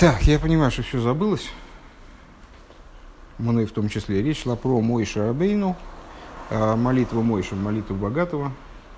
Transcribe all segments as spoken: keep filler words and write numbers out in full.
Так, я понимаю, что все забылось. Мной в том числе. Речь шла про Моше Рабейну, молитву Моше, молитву богатого.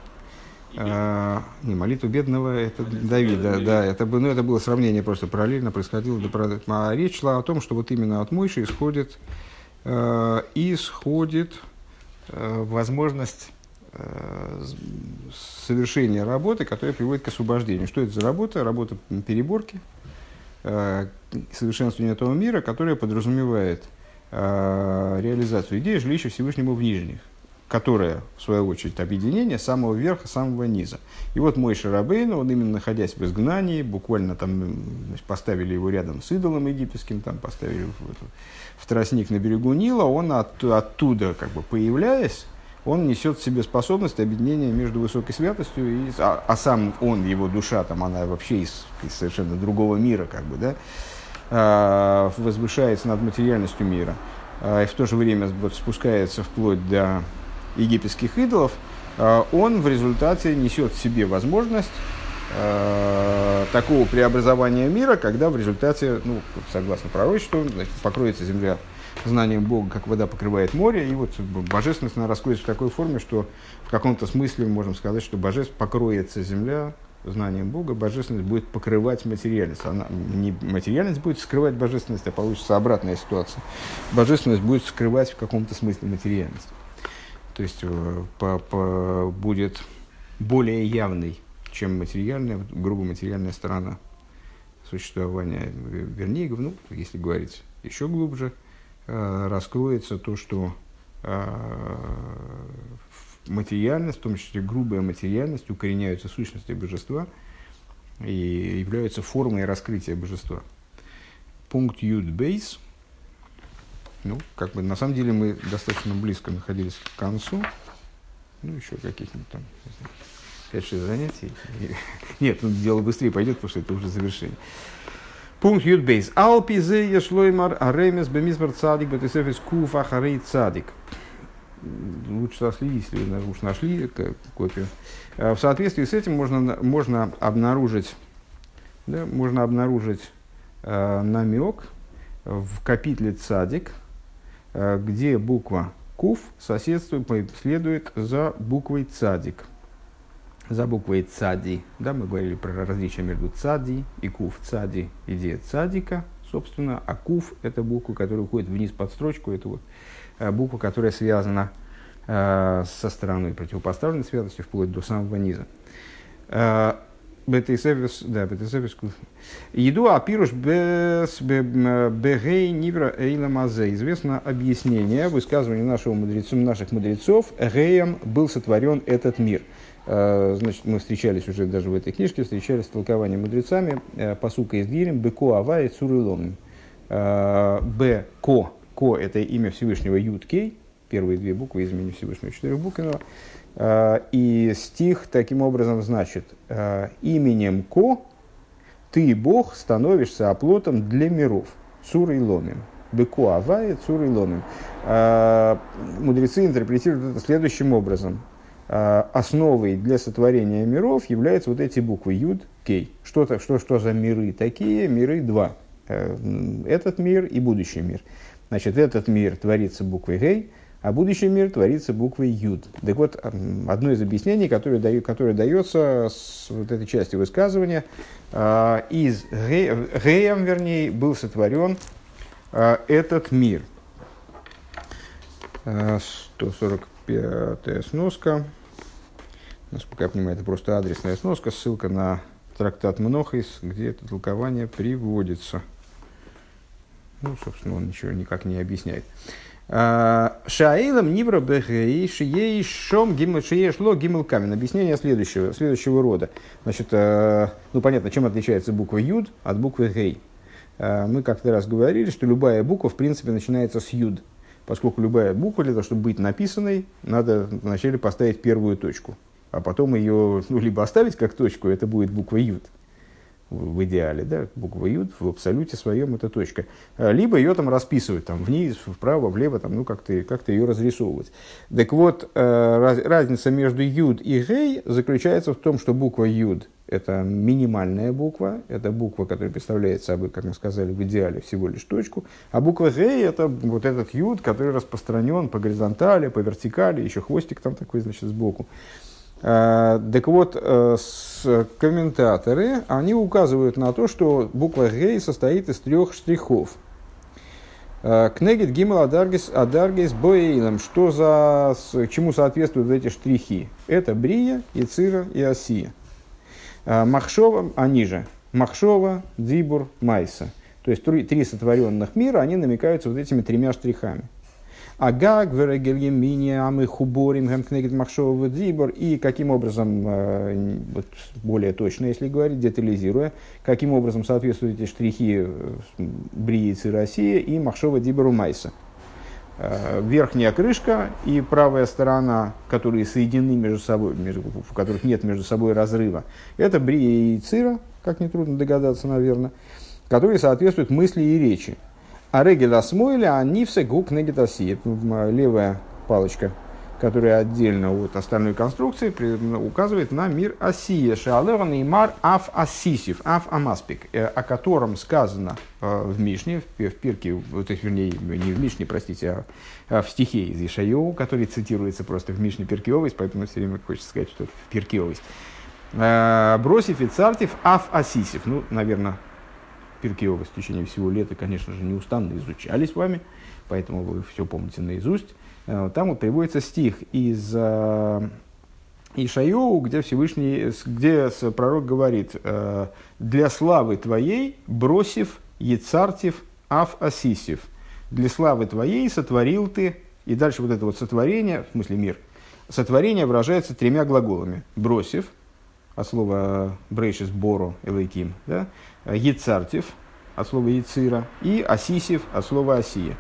А, не, молитву бедного, это Давида, да, это, ну, это было сравнение просто параллельно происходило. А речь шла о том, что вот именно от Моше исходит, э, исходит э, возможность э, совершения работы, которая приводит к освобождению. Что это за работа? Работа переборки, э, совершенствования этого мира, которая подразумевает э, реализацию идеи жилища Всевышнего в нижних, которая, в свою очередь, объединение самого верха, самого низа. И вот Моше Рабейну, он именно находясь в изгнании, буквально там, значит, поставили его рядом с идолом египетским, там поставили в, в, в тростник на берегу Нила, он от, оттуда, как бы появляясь, он несет в себе способность объединения между высокой святостью, и, а, а сам он, его душа, там, она вообще из, из совершенно другого мира, как бы, да, а, возвышается над материальностью мира, а, и в то же время вот, спускается вплоть до египетских идолов, он в результате несет в себе возможность э, такого преобразования мира, когда в результате, ну, согласно пророчеству, значит, покроется земля знанием Бога, как вода покрывает море, и вот божественность она раскроется в такой форме, что в каком-то смысле мы можем сказать, что божественность покроется земля знанием Бога, божественность будет покрывать материальность. Она, не материальность будет скрывать божественность, а получится обратная ситуация. Божественность будет скрывать в каком-то смысле материальность. То есть по, по, будет более явной, чем материальная, грубо материальная сторона существования. Вернее, ну, если говорить еще глубже, э, раскроется то, что э, материальность, в том числе грубая материальность, укореняются сущности божества и являются формой раскрытия божества. Пункт Юд Бейс. Ну, как бы, на самом деле, мы достаточно близко находились к концу. Ну, еще каких-нибудь там пять-шесть занятий. Нет, ну, дело быстрее пойдет, потому что это уже завершение. Пункт Ютбейс. Алпи зе ешлоймар аремес бемизбар цадик бетесефис куф ахарей цадик. Лучше следить, если вы уж нашли копию. В соответствии с этим можно, можно обнаружить, да, можно обнаружить э, намек в капитле цадик, где буква Куф соседствует, следует за буквой Цадик. За буквой Цади. Да, мы говорили про различия между Цади и Куф. Цади – идея Цадика, собственно, а Куф – это буква, которая уходит вниз под строчку. Это вот буква, которая связана э, со стороной противопоставленной святости вплоть до самого низа. Бетесевис, да, бетесевис. Еду апируш бегей нивра эйла мазе. Известно объяснение, высказывание нашего мудрецов, наших мудрецов. Геем был сотворен этот мир. Значит, мы встречались уже даже в этой книжке, встречались с толкованием мудрецами пасука из Дилем Беко Авай Цурилом. Б Ко. Ко – это имя Всевышнего Юд Кей, первые две буквы из имени Всевышнего четырехбуквенного. И стих таким образом значит: именем Ко ты, Бог, становишься оплотом для миров. Цур и ломим. Беко авае цур и ломим. Мудрецы интерпретируют это следующим образом. Основой для сотворения миров являются вот эти буквы Юд, Кей. Что, что, что за миры такие? Миры два. Этот мир и будущий мир. Значит, этот мир творится буквой Гей, а будущий мир творится буквой Юд. Так вот, одно из объяснений, которое, даю, которое дается с вот этой части высказывания, э, из Геем, вернее, был сотворен э, этот мир. Э, сто сорок пятая сноска. Насколько я понимаю, это просто адресная сноска, ссылка на трактат Мнохис, где это толкование приводится. Ну, собственно, он ничего никак не объясняет. Шаилам нивра бехей шией шом гимл шией шло гимл камен. Объяснение следующего, следующего рода. Значит, ну понятно, чем отличается буква Юд от буквы Гей. Мы как-то раз говорили, что любая буква в принципе начинается с Юд, поскольку любая буква для того, чтобы быть написанной, надо вначале поставить первую точку, а потом ее, ну, либо оставить как точку, это будет буква Юд. в идеале, да, буква Юд в абсолюте своем это точка. Либо ее там расписывать там, вниз, вправо, влево, там, ну, как-то, как-то ее разрисовывать. Так вот, раз, разница между Юд и Гей заключается в том, что буква Юд – это минимальная буква, это буква, которая представляет собой, как мы сказали, в идеале всего лишь точку, а буква Гей – это вот этот Юд, который распространен по горизонтали, по вертикали, еще хвостик там такой, значит, сбоку. Так вот, комментаторы, они указывают на то, что буква Гей состоит из трех штрихов. Кнегит гимел адаргис адаргис боэйлам. Что за, чему соответствуют эти штрихи? Это брия, ицира и осия. Махшова, они же. Махшова, дибур, майса. То есть три сотворенных мира, они намекаются вот этими тремя штрихами. Агаг, верегельгем, мини, амы, хуборим, гемкнегит, махшова, дибур. И каким образом, вот более точно, если говорить, детализируя, каким образом соответствуют эти штрихи брии, ицира, осия и махшова, дибуру, майса. Верхняя крышка и правая сторона, которые соединены между собой, между, в которых нет между собой разрыва, это брия и цира, как нетрудно догадаться, наверное, которые соответствуют мысли и речи. А регель асмойля, а нивсе гук негитаси. Левая палочка, которая отдельно от остальной конструкции, указывает на мир осия. Шеалеван и мар аф асисив, аф амаспик, о котором сказано в Мишне, в Пирке, то есть, вернее, не в Мишне, простите, а в стихе из Ишайоу, который цитируется просто в Мишне Пиркеовость, поэтому все время хочется сказать, что в Пиркеовость. Бросив и цартив аф асисив. Ну, наверное, Пиркеовость в течение всего лета, конечно же, неустанно изучали с вами, поэтому вы все помните наизусть. Там вот приводится стих из Ишайоу, где Всевышний, где пророк говорит: «Для славы твоей бросив ецартив аф асисив». Для славы твоей сотворил ты, и дальше вот это вот сотворение, в смысле мир, сотворение выражается тремя глаголами. Бросив, от слова брейшис боро элейким, да? Ецартив, от слова ецира, и асисив, от слова осия.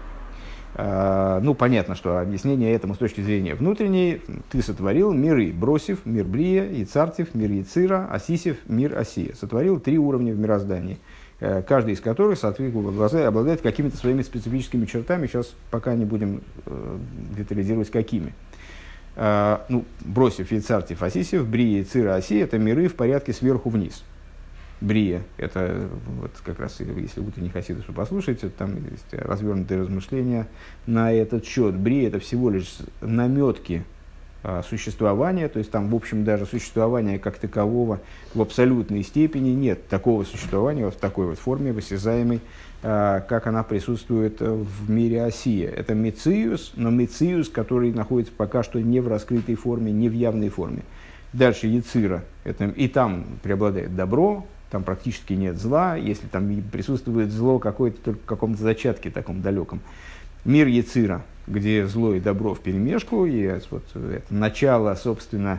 Ну, понятно, что объяснение этому с точки зрения внутренней: ты сотворил миры, бросив, мир брия, ецартив, мир ецира, асисив, мир осия. Сотворил три уровня в мироздании, каждый из которых, соответственно, обладает какими-то своими специфическими чертами. Сейчас пока не будем детализировать, какими. Ну, бросив, ецартив, асисив, брия, ецира, осия – это миры в порядке сверху вниз. Брия – это вот как раз, если вы не хотите, что послушаете, там есть развернутые размышления на этот счет. Брия – это всего лишь наметки а, существования, то есть там, в общем, даже существования как такового в абсолютной степени нет. Такого существования вот в такой вот форме, в осязаемой, а, как она присутствует в мире осия. Это мециус, но мециус, который находится пока что не в раскрытой форме, не в явной форме. Дальше ецира – это и там преобладает добро. Там практически нет зла, если там присутствует зло какое-то только в каком-то зачатке таком далеком. Мир Ецира, где зло и добро вперемешку, и вот это начало, собственно,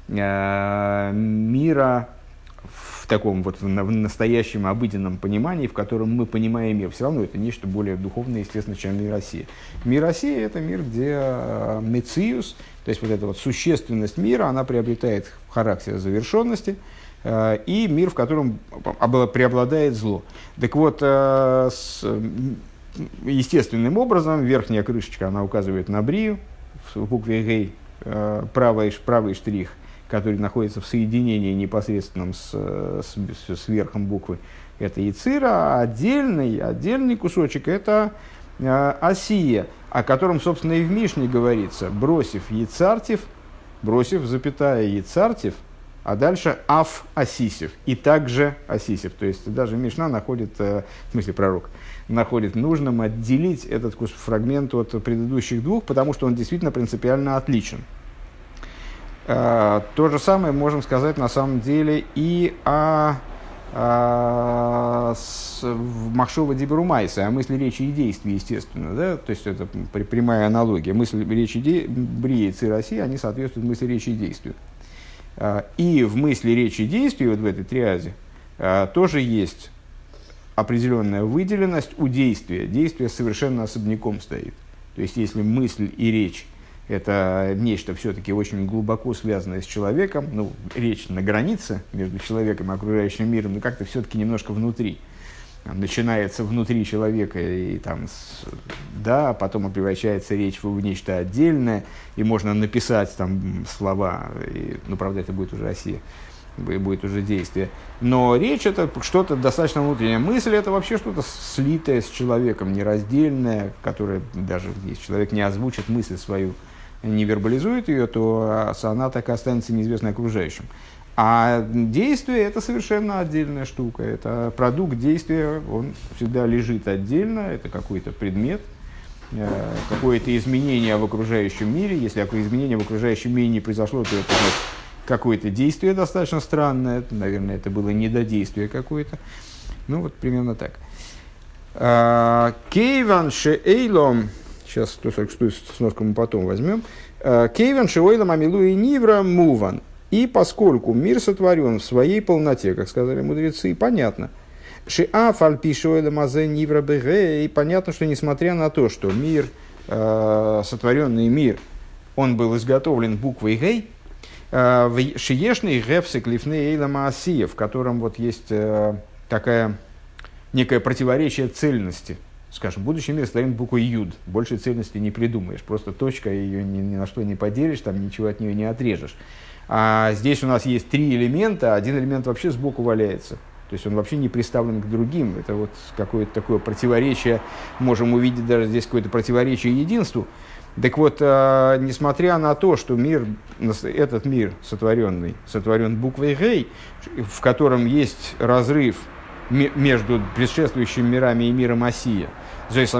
мира в таком вот в настоящем обыденном понимании, в котором мы понимаем мир. Все равно это нечто более духовное, естественно, чем мир России. Мир России – это мир, где мециус, то есть вот эта вот существенность мира, она приобретает характер завершенности, и мир, в котором преобладает зло. Так вот, естественным образом, верхняя крышечка, она указывает на брию, в букве Гей, правый, правый штрих, который находится в соединении непосредственном с, с, с верхом буквы, это Ецира, а отдельный, отдельный кусочек – это осия, о котором, собственно, и в Мишне говорится: бросив ецартив, бросив, запятая, ецартив, а дальше аф асисев, и также асисев. То есть даже Мишна находит, в смысле пророк, находит нужным отделить этот фрагмент от предыдущих двух, потому что он действительно принципиально отличен. То же самое можем сказать на самом деле и о, о махшова дибуру майса, о мысли, речи и действии, естественно. Да? То есть это прямая аналогия. Мысль, речь и де... брия, цира, осия, они соответствуют мысли, речи и действию. И в мысли, речи и действии, вот в этой триаде, тоже есть определенная выделенность у действия. Действие совершенно особняком стоит. То есть, если мысль и речь это нечто все-таки очень глубоко связанное с человеком, ну, речь на границе между человеком и окружающим миром, но как-то все-таки немножко внутри. Начинается внутри человека, и там, да, потом превращается речь в нечто отдельное, и можно написать там слова, и, ну, правда, это будет уже Россия, будет уже действие. Но речь – это что-то достаточно внутреннее. Мысль – это вообще что-то слитое с человеком, нераздельное, которое даже, если человек не озвучит мысль свою, не вербализует ее, то она так и останется неизвестной окружающим. А действие – это совершенно отдельная штука. Это продукт действия, он всегда лежит отдельно, это какой-то предмет, какое-то изменение в окружающем мире. Если изменение в окружающем мире не произошло, то это значит, какое-то действие достаточно странное. Наверное, это было недодействие какое-то. Ну, вот примерно так. Кейван шеэйлом, сейчас сто сноску мы потом возьмем. Кейван шеэйлом амилу и нивра муван. И поскольку мир сотворен в своей полноте, как сказали мудрецы, понятно, шиа фальпишуэла мазе нивра бэгэ, и понятно, что несмотря на то, что мир, э, сотворенный мир, он был изготовлен буквой гэй, в шиешный гефсик лифней эйла маасия, в котором вот есть э, такая некое противоречие цельности. Скажем, будущий мир сотворен буквой юд, больше цельности не придумаешь, просто точка, ее ни, ни на что не поделишь, там ничего от нее не отрежешь. А здесь у нас есть три элемента, один элемент вообще сбоку валяется. То есть он вообще не приставлен к другим. Это вот какое-то такое противоречие, можем увидеть даже здесь какое-то противоречие единству. Так вот, э, несмотря на то, что мир, этот мир сотворенный, сотворен буквой Гей, в котором есть разрыв м- между предшествующими мирами и миром Осия, то есть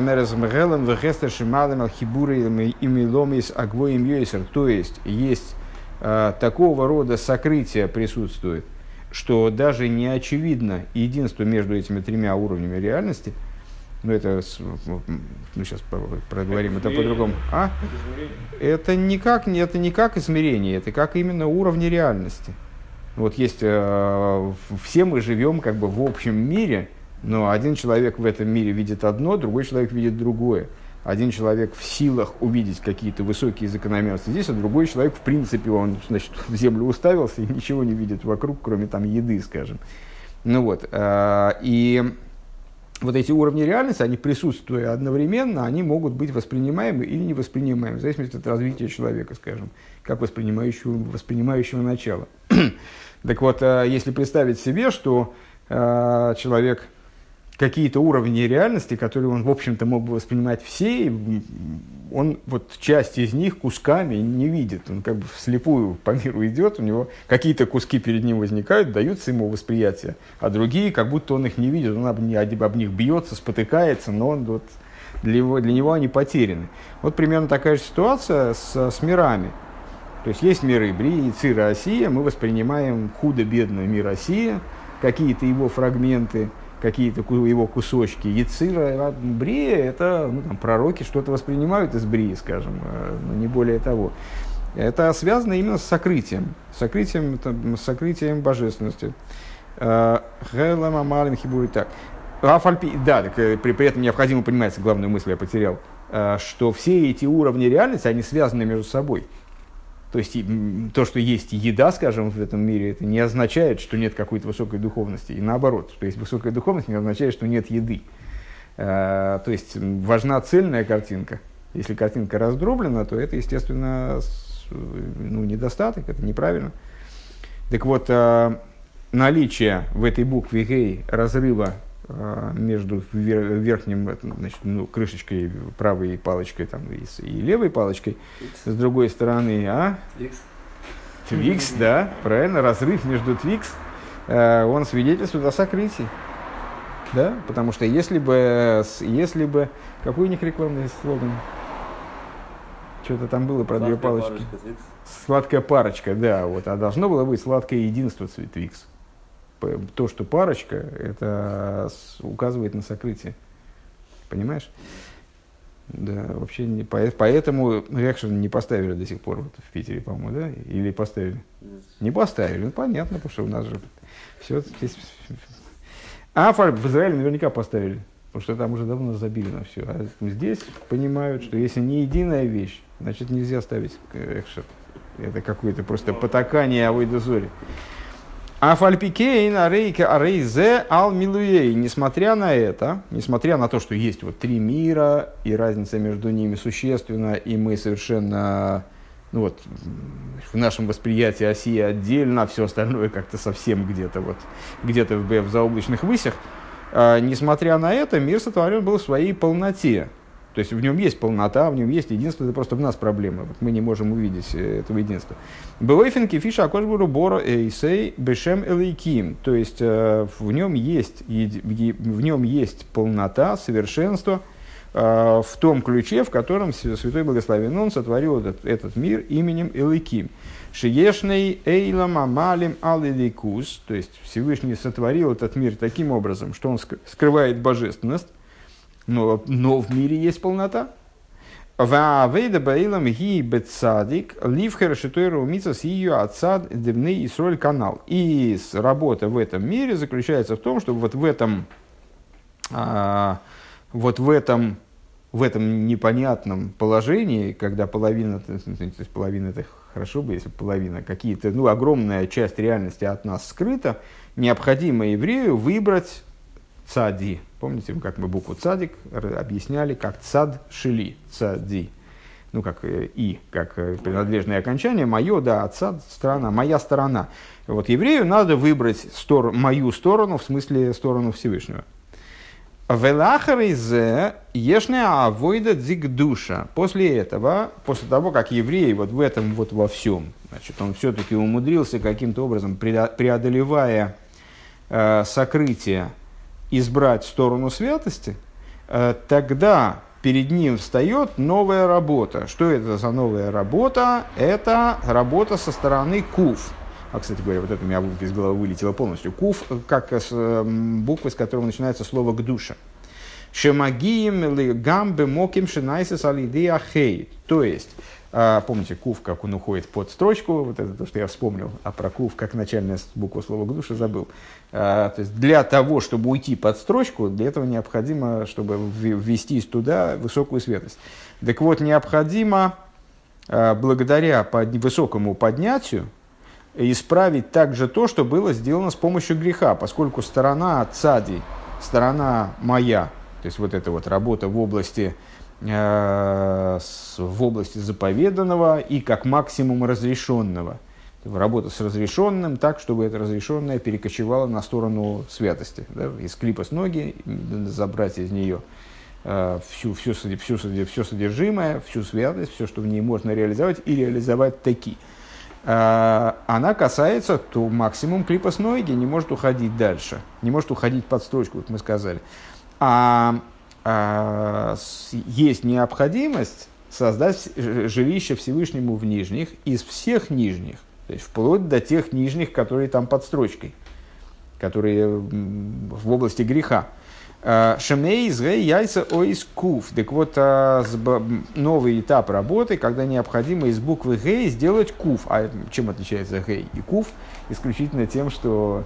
есть такого рода сокрытие присутствует, что даже не очевидно единство между этими тремя уровнями реальности. Ну, это, ну, сейчас проговорим это по-другому. А? Это никак, это не как измерение, это как именно уровни реальности. Вот есть, э, все мы живем как бы в общем мире, но один человек в этом мире видит одно, другой человек видит другое. Один человек в силах увидеть какие-то высокие закономерности здесь, а другой человек, в принципе, он, значит, в землю уставился и ничего не видит вокруг, кроме там еды, скажем. Ну вот, и вот эти уровни реальности, они присутствуя одновременно, они могут быть воспринимаемы или не воспринимаемы, в зависимости от развития человека, скажем, как воспринимающего, воспринимающего начала. Так вот, если представить себе, что человек какие-то уровни реальности, которые он, в общем-то, мог бы воспринимать все, он вот часть из них кусками не видит. Он как бы вслепую по миру идет, у него какие-то куски перед ним возникают, даются ему восприятие, а другие, как будто он их не видит, он об, об, об них бьется, спотыкается, но он, вот, для, его, для него они потеряны. Вот примерно такая же ситуация с, с мирами. То есть есть миры Брии, Цира, Россия, мы воспринимаем худо-бедно мир Россия, какие-то его фрагменты, какие-то его кусочки. Яцира, Брия, это ну, там, пророки что-то воспринимают из Брии, скажем, но не более того. Это связано именно с сокрытием, сокрытием, там, сокрытием божественности. Хелама малим хибури так. Да, так, при, при этом необходимо понимать, главную мысль я потерял, что все эти уровни реальности, они связаны между собой. То есть то, что есть еда, скажем, в этом мире, это не означает, что нет какой-то высокой духовности. И наоборот, что есть высокая духовность, не означает, что нет еды. То есть важна цельная картинка. Если картинка раздроблена, то это, естественно, ну, недостаток, это неправильно. Так вот, наличие в этой букве «гей» разрыва между верхним, значит, ну, крышечкой, правой палочкой там, и, и левой палочкой, X. С другой стороны, а? Твикс. Твикс, да, правильно, разрыв между Твикс, э, он свидетельствует о сокрытии. Да? Потому что если бы, если бы, какой у них рекламный слоган? Что-то там было про две палочки. Парочка, сладкая парочка, да, вот, а должно было быть сладкое единство Твикс. То, что парочка, это указывает на сокрытие. Понимаешь? Да, вообще не, поэтому Рекшин не поставили до сих пор вот, в Питере, по-моему, да? Или поставили? Нет. Не поставили, ну понятно, потому что у нас же все здесь... А в Израиле наверняка поставили, потому что там уже давно забили на все. А здесь понимают, что если не единая вещь, Значит, нельзя ставить экшер. Это какое-то просто потакание авойда зори. А фальпикейн арейка арейзе ал милуей. Несмотря на это, несмотря на то, что есть вот три мира, и разница между ними существенна, и мы совершенно, ну вот, в нашем восприятии оси отдельно, а все остальное как-то совсем где-то вот, где-то в, в заоблачных высях, а, несмотря на это, мир сотворен был в своей полноте. То есть в нем есть полнота, в нем есть единство, это просто в нас проблема. Вот мы не можем увидеть этого единства. Бывайфенки фиша акошбуру бора эйсей бешем элейким. То есть в нем есть, в нем есть полнота, совершенство в том ключе, в котором Святой Благословен Он сотворил этот, этот мир именем Элейким. Шиешней эйлам амалим алиликус. То есть Всевышний сотворил этот мир таким образом, что он скрывает божественность. Но, но в мире есть полнота. И работа в этом мире заключается в том, чтобы вот в этом, а, вот в этом, в этом непонятном положении, когда половина, то есть половина это хорошо бы, если половина, какие-то, ну, огромная часть реальности от нас скрыта, необходимо еврею выбрать цади. Помните, как мы букву цадик объясняли, как цад шили, цади. Ну, как и, как принадлежное окончание, мое, да, цад, сторона, моя сторона. Вот еврею надо выбрать стор- мою сторону, в смысле сторону Всевышнего. Велахаризе ешня авойда дзигдуша. После этого, после того, как еврей вот в этом вот во всем, значит, он все-таки умудрился каким-то образом, преодолевая э, сокрытие, избрать сторону святости, тогда перед ним встает новая работа. Что это за новая работа? Это работа со стороны куф. А, кстати говоря, вот это у меня из головы вылетело полностью. Куф, как буква, с которого начинается слово «гдуша». Шемагием гамбе моким шинайсис алидея хей. То есть, помните, куф, как он уходит под строчку, вот это то, что я вспомнил, а про куф, как начальная буква слова «гдуша», забыл. То есть, для того, чтобы уйти под строчку, для этого необходимо, чтобы ввести туда высокую светлость. Так вот, необходимо, благодаря высокому поднятию, исправить также то, что было сделано с помощью греха, поскольку сторона цади, сторона моя, то есть вот эта вот работа в области, э, с, в области заповеданного и как максимум разрешенного. Работа с разрешенным так, чтобы это разрешенное перекочевало на сторону святости. Да? Из клипа с ноги забрать из нее э, всю, всю, всю, всю, все содержимое, всю святость, все, что в ней можно реализовать, и реализовать таки. Э, она касается то максимум клипа с ноги, не может уходить дальше, не может уходить под строчку, как мы сказали. А, а есть необходимость создать жилище Всевышнему в нижних, из всех нижних, то есть вплоть до тех нижних, которые там под строчкой, которые в области греха. Шемей згей яйца оис куф. Так вот, новый этап работы, когда необходимо из буквы гей сделать куф. А чем отличается гей и куф? Исключительно тем, что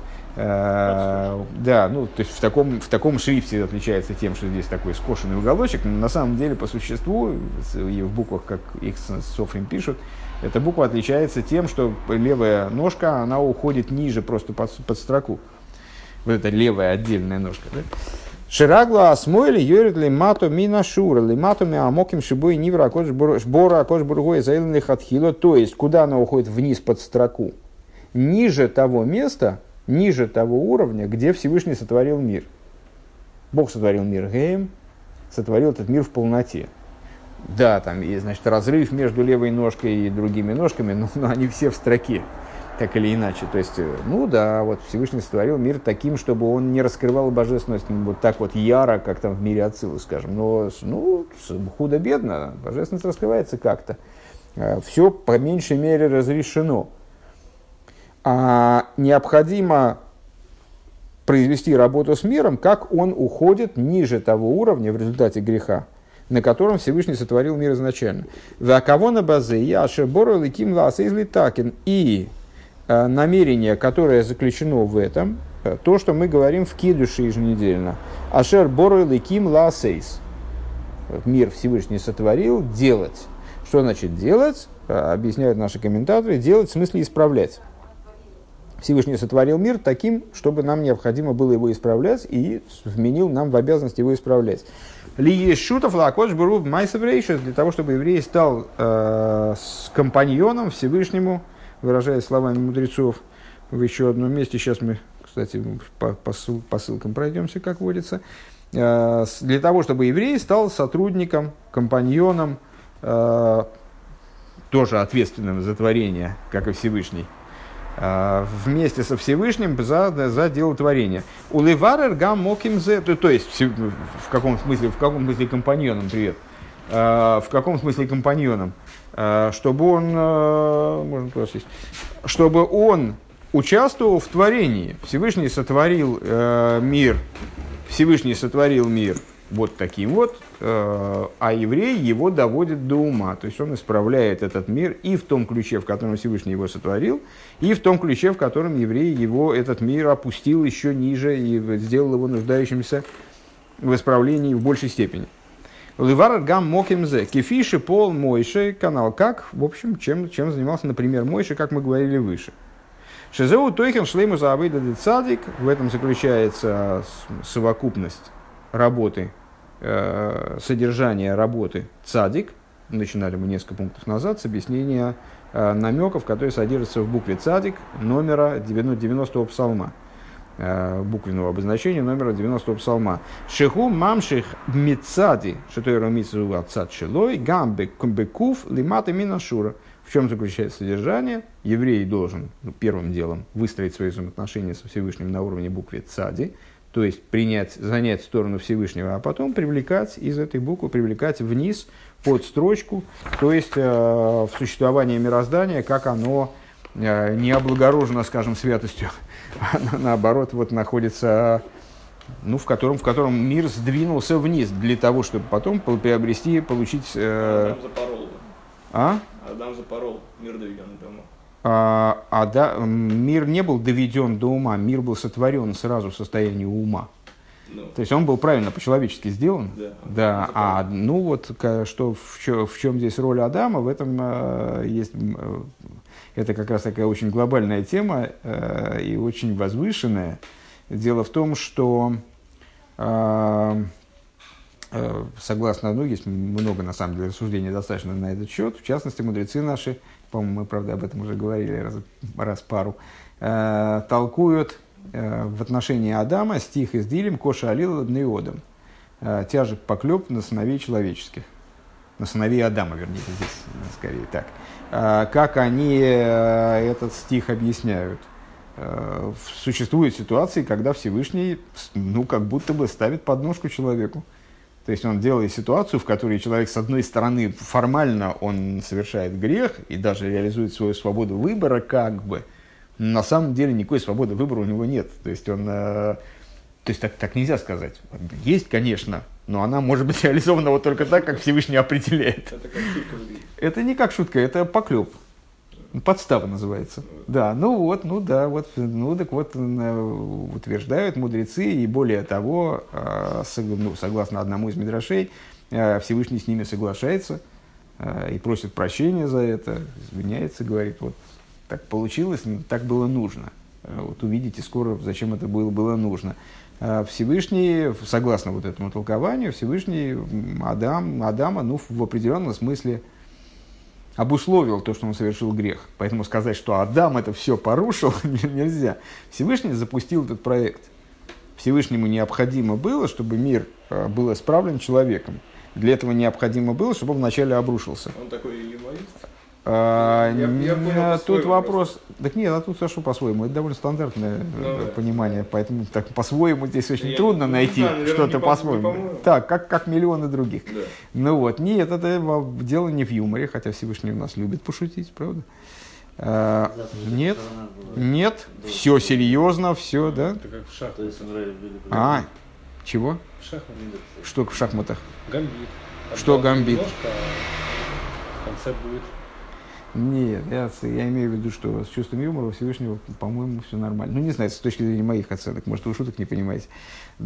э, да, ну, то есть в таком, в таком шрифте отличается тем, что здесь такой скошенный уголочек. Но на самом деле, по существу, и в буквах, как их с Софрим пишут, эта буква отличается тем, что левая ножка, она уходит ниже просто под, под строку. Вот эта левая отдельная ножка, да? Ширагла осмойли йорит лимато минашура лимато миамоким шибой нивра акош бора акош бургой заиленный хатхило. То есть, куда она уходит вниз под строку? Ниже того места, ниже того уровня, где Всевышний сотворил мир. Бог сотворил мир геем, сотворил этот мир в полноте. Да, там есть, значит, разрыв между левой ножкой и другими ножками, но, но они все в строке, так или иначе. То есть, ну да, вот Всевышний сотворил мир таким, чтобы он не раскрывал божественность вот так вот яро, как там в мире Ацилус, скажем. Но, ну, худо-бедно, божественность раскрывается как-то. Все по меньшей мере разрешено. А необходимо произвести работу с миром, как он уходит ниже того уровня в результате греха, на котором Всевышний сотворил мир изначально. И намерение, которое заключено в этом, то, что мы говорим в Кидуше еженедельно. Ашер борой ликим ласейс. Мир Всевышний сотворил делать. Что значит делать? Объясняют наши комментаторы. Делать в смысле исправлять. Всевышний сотворил мир таким, чтобы нам необходимо было его исправлять, и вменил нам в обязанность его исправлять. Ли есть шутов лакош беру майсаврейшес, для того, чтобы еврей стал э, с компаньоном Всевышнему, выражая словами мудрецов в еще одном месте. Сейчас мы, кстати, по, по, ссыл, по ссылкам пройдемся, как водится. Э, для того, чтобы еврей стал сотрудником, компаньоном, э, тоже ответственным за творение, как и Всевышний, вместе со Всевышним за, за дело творения. Уливарер гам мокимзе, то, то есть в каком смысле, в каком смысле компаньоном, привет, в каком смысле компаньоном, чтобы он, можно спросить, чтобы он участвовал в творении. Всевышний сотворил мир, Всевышний сотворил мир вот таким вот, а еврей его доводит до ума. То есть он исправляет этот мир и в том ключе, в котором Всевышний его сотворил, и в том ключе, в котором еврей его, этот мир опустил еще ниже и сделал его нуждающимся в исправлении в большей степени. Ливар гам мокимзе, кефиши пол Мойше, канал как, в общем, чем, чем занимался, например, Мойше, как мы говорили выше. Шезеу тойхен шлейму заавейда де цадик, в этом заключается совокупность работы, содержание работы цадик. Начинали мы несколько пунктов назад с объяснения э, намеков, которые содержатся в букве цадик номера девяностого псалма, э, буквенного обозначения номера девяностого псалма. Шеху мамших мицади, шатойра мицу цад шелой, гамбе кумбекуф лимата минашура. В чем заключается содержание? Еврей должен, ну, первым делом выстроить свои взаимоотношения со Всевышним на уровне буквы цади, то есть принять, занять сторону Всевышнего, а потом привлекать из этой буквы, привлекать вниз под строчку, то есть э, в существование мироздания, как оно э, не облагорожено, скажем, святостью, а наоборот вот находится, ну, в котором, в котором мир сдвинулся вниз для того, чтобы потом приобрести, получить... Э, Адам запорол. А? Адам запорол, мир доведен до ума. А, а да, мир не был доведен до ума, мир был сотворен сразу в состоянии ума. Ну, то есть он был правильно по-человечески сделан. Да. Да. А ну вот что, в, чё, в чем здесь роль Адама, в этом э, есть, э, это как раз такая очень глобальная тема э, и очень возвышенная. Дело в том, что э, э, согласно, ну есть много на самом деле рассуждений достаточно на этот счет, в частности мудрецы наши, по-моему, мы, правда, об этом уже говорили раз, раз пару, э, толкуют э, в отношении Адама стих из Дилем «Коша алил бнеодам», э, тяжек поклеп на сыновей человеческих, на сыновей Адама, вернее, здесь скорее так. Э, как они э, этот стих объясняют? Э, существуют ситуации, когда Всевышний, ну, как будто бы ставит подножку человеку. То есть он делает ситуацию, в которой человек, с одной стороны, формально он совершает грех и даже реализует свою свободу выбора, как бы. Но на самом деле никакой свободы выбора у него нет. То есть, он, э, то есть так, так нельзя сказать. Есть, конечно, но она может быть реализована вот только так, как Всевышний определяет. Это как шутка. Это не как шутка, это поклеп. Подстава называется. Да, ну вот, ну да, вот, ну так вот утверждают мудрецы, и более того, ну, согласно одному из мидрашей, Всевышний с ними соглашается и просит прощения за это, извиняется, говорит, вот так получилось, так было нужно. Вот увидите скоро, зачем это было, было нужно. Всевышний, согласно вот этому толкованию, Всевышний Адам, Адама, ну, в определенном смысле обусловил то, что он совершил грех. Поэтому сказать, что Адам это все порушил, нельзя. Всевышний запустил этот проект. Всевышнему необходимо было, чтобы мир был исправлен человеком. Для этого необходимо было, чтобы он вначале обрушился. Он такой юморист? А, я, я понял, тут вопрос... Просто. Так нет, а тут хорошо по-своему. Это довольно стандартное ну, понимание. Поэтому так, по-своему здесь очень я трудно не, найти не, что-то по-своему. Не так, как, как миллионы других. Да. Ну вот, нет, это дело не в юморе, хотя Всевышний у нас любит пошутить, правда? А, нет, нет, все серьезно, все, да? Это как в шахматах. А, чего? В шахматах. Что в шахматах? Гамбит. Что гамбит? Немножко, в конце будет... Нет, я, я имею в виду, что с чувством юмора у Всевышнего, по-моему, все нормально. Ну, не знаю, с точки зрения моих оценок, может, вы шуток не понимаете.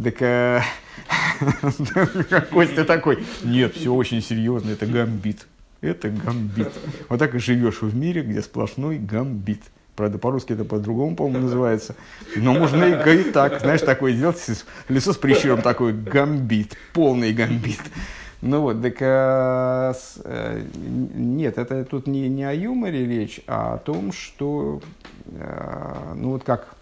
Так, Костя такой, нет, все очень серьезно, это гамбит. Это гамбит. Вот так и живешь в мире, где сплошной гамбит. Правда, по-русски это по-другому, по-моему, называется. Но можно и, и так, знаешь, такое сделать. Лицо с прищуром такой гамбит, полный гамбит. Ну вот, так а, с, а, нет, это тут не, не о юморе речь, а о том, что, а, ну вот как,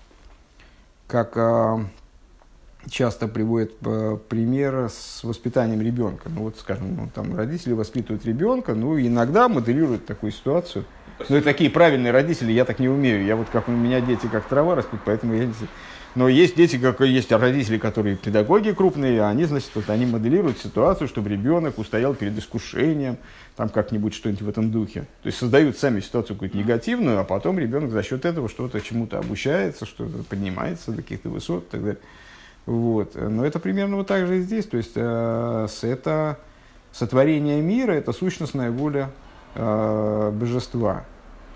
как а, часто приводят а, пример с воспитанием ребенка. Ну вот, скажем, ну, там родители воспитывают ребенка, ну иногда моделируют такую ситуацию. Ну и такие правильные родители, я так не умею. Я вот как у меня дети как трава растут, поэтому я не знаю. Но есть дети, как есть родители, которые педагоги крупные, а они, значит, вот они моделируют ситуацию, чтобы ребенок устоял перед искушением, там как-нибудь что-нибудь в этом духе. То есть создают сами ситуацию какую-то негативную, а потом ребенок за счет этого что-то чему-то обучается, что-то поднимается до каких-то высот и так далее. Вот. Но это примерно вот так же и здесь. То есть э, это сотворение мира, это сущностная воля э, божества,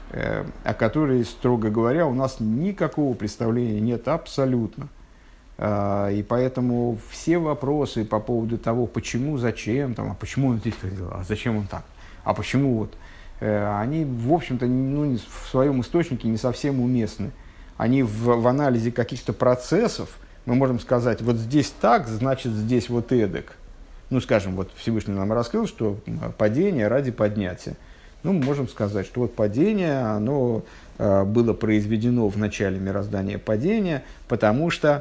о которой, строго говоря, у нас никакого представления нет абсолютно. И поэтому все вопросы по поводу того, почему, зачем, там, а почему он здесь так делал, а зачем он так, а почему вот, они, в общем-то, ну, в своем источнике не совсем уместны. Они в, в анализе каких-то процессов, мы можем сказать, вот здесь так, значит, здесь вот эдак. Ну, скажем, вот Всевышний нам раскрыл, что падение ради поднятия. Ну, мы можем сказать, что вот падение, оно э, было произведено в начале мироздания падения, потому что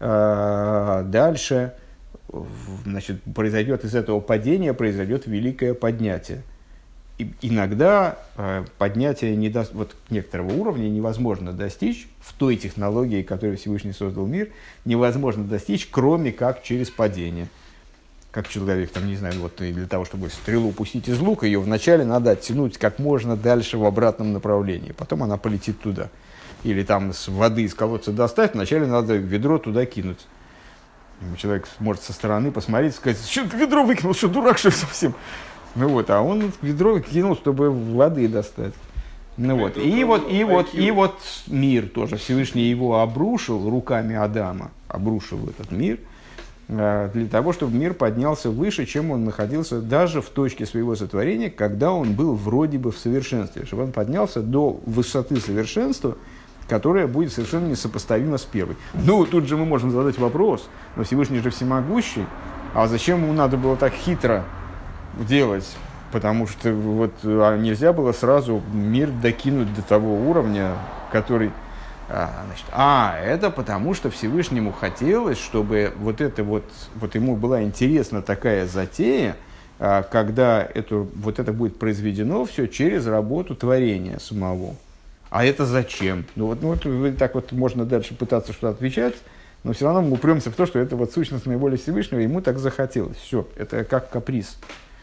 э, дальше, значит, произойдет из этого падения, произойдет великое поднятие. И иногда э, поднятие не до, вот, некоторого уровня невозможно достичь в той технологии, которой Всевышний создал мир, невозможно достичь, кроме как через падение. Как человек, там, не знаю, вот для того, чтобы стрелу пустить из лука, ее вначале надо оттянуть как можно дальше в обратном направлении, потом она полетит туда. Или там с воды из колодца достать, вначале надо ведро туда кинуть. Человек может со стороны посмотреть и сказать: что ты ведро выкинул, что дурак, что ли, совсем? Ну вот, а он ведро кинул, чтобы воды достать. Ну вот, и вот, и вот, и вот мир тоже, Всевышний его обрушил руками Адама, обрушил этот мир, для того, чтобы мир поднялся выше, чем он находился даже в точке своего сотворения, когда он был вроде бы в совершенстве, чтобы он поднялся до высоты совершенства, которая будет совершенно несопоставима с первой. Ну, тут же мы можем задать вопрос, но Всевышний же всемогущий, а зачем ему надо было так хитро делать? Потому что вот нельзя было сразу мир докинуть до того уровня, который... А, значит, а, это потому, что Всевышнему хотелось, чтобы вот это вот, вот ему была интересна такая затея, а, когда это, вот это будет произведено все через работу творения самого. А это зачем? Ну вот, ну, вот так вот можно дальше пытаться что-то отвечать, но все равно мы упремся в то, что это вот сущностная воля Всевышнего, ему так захотелось. Все, это как каприз.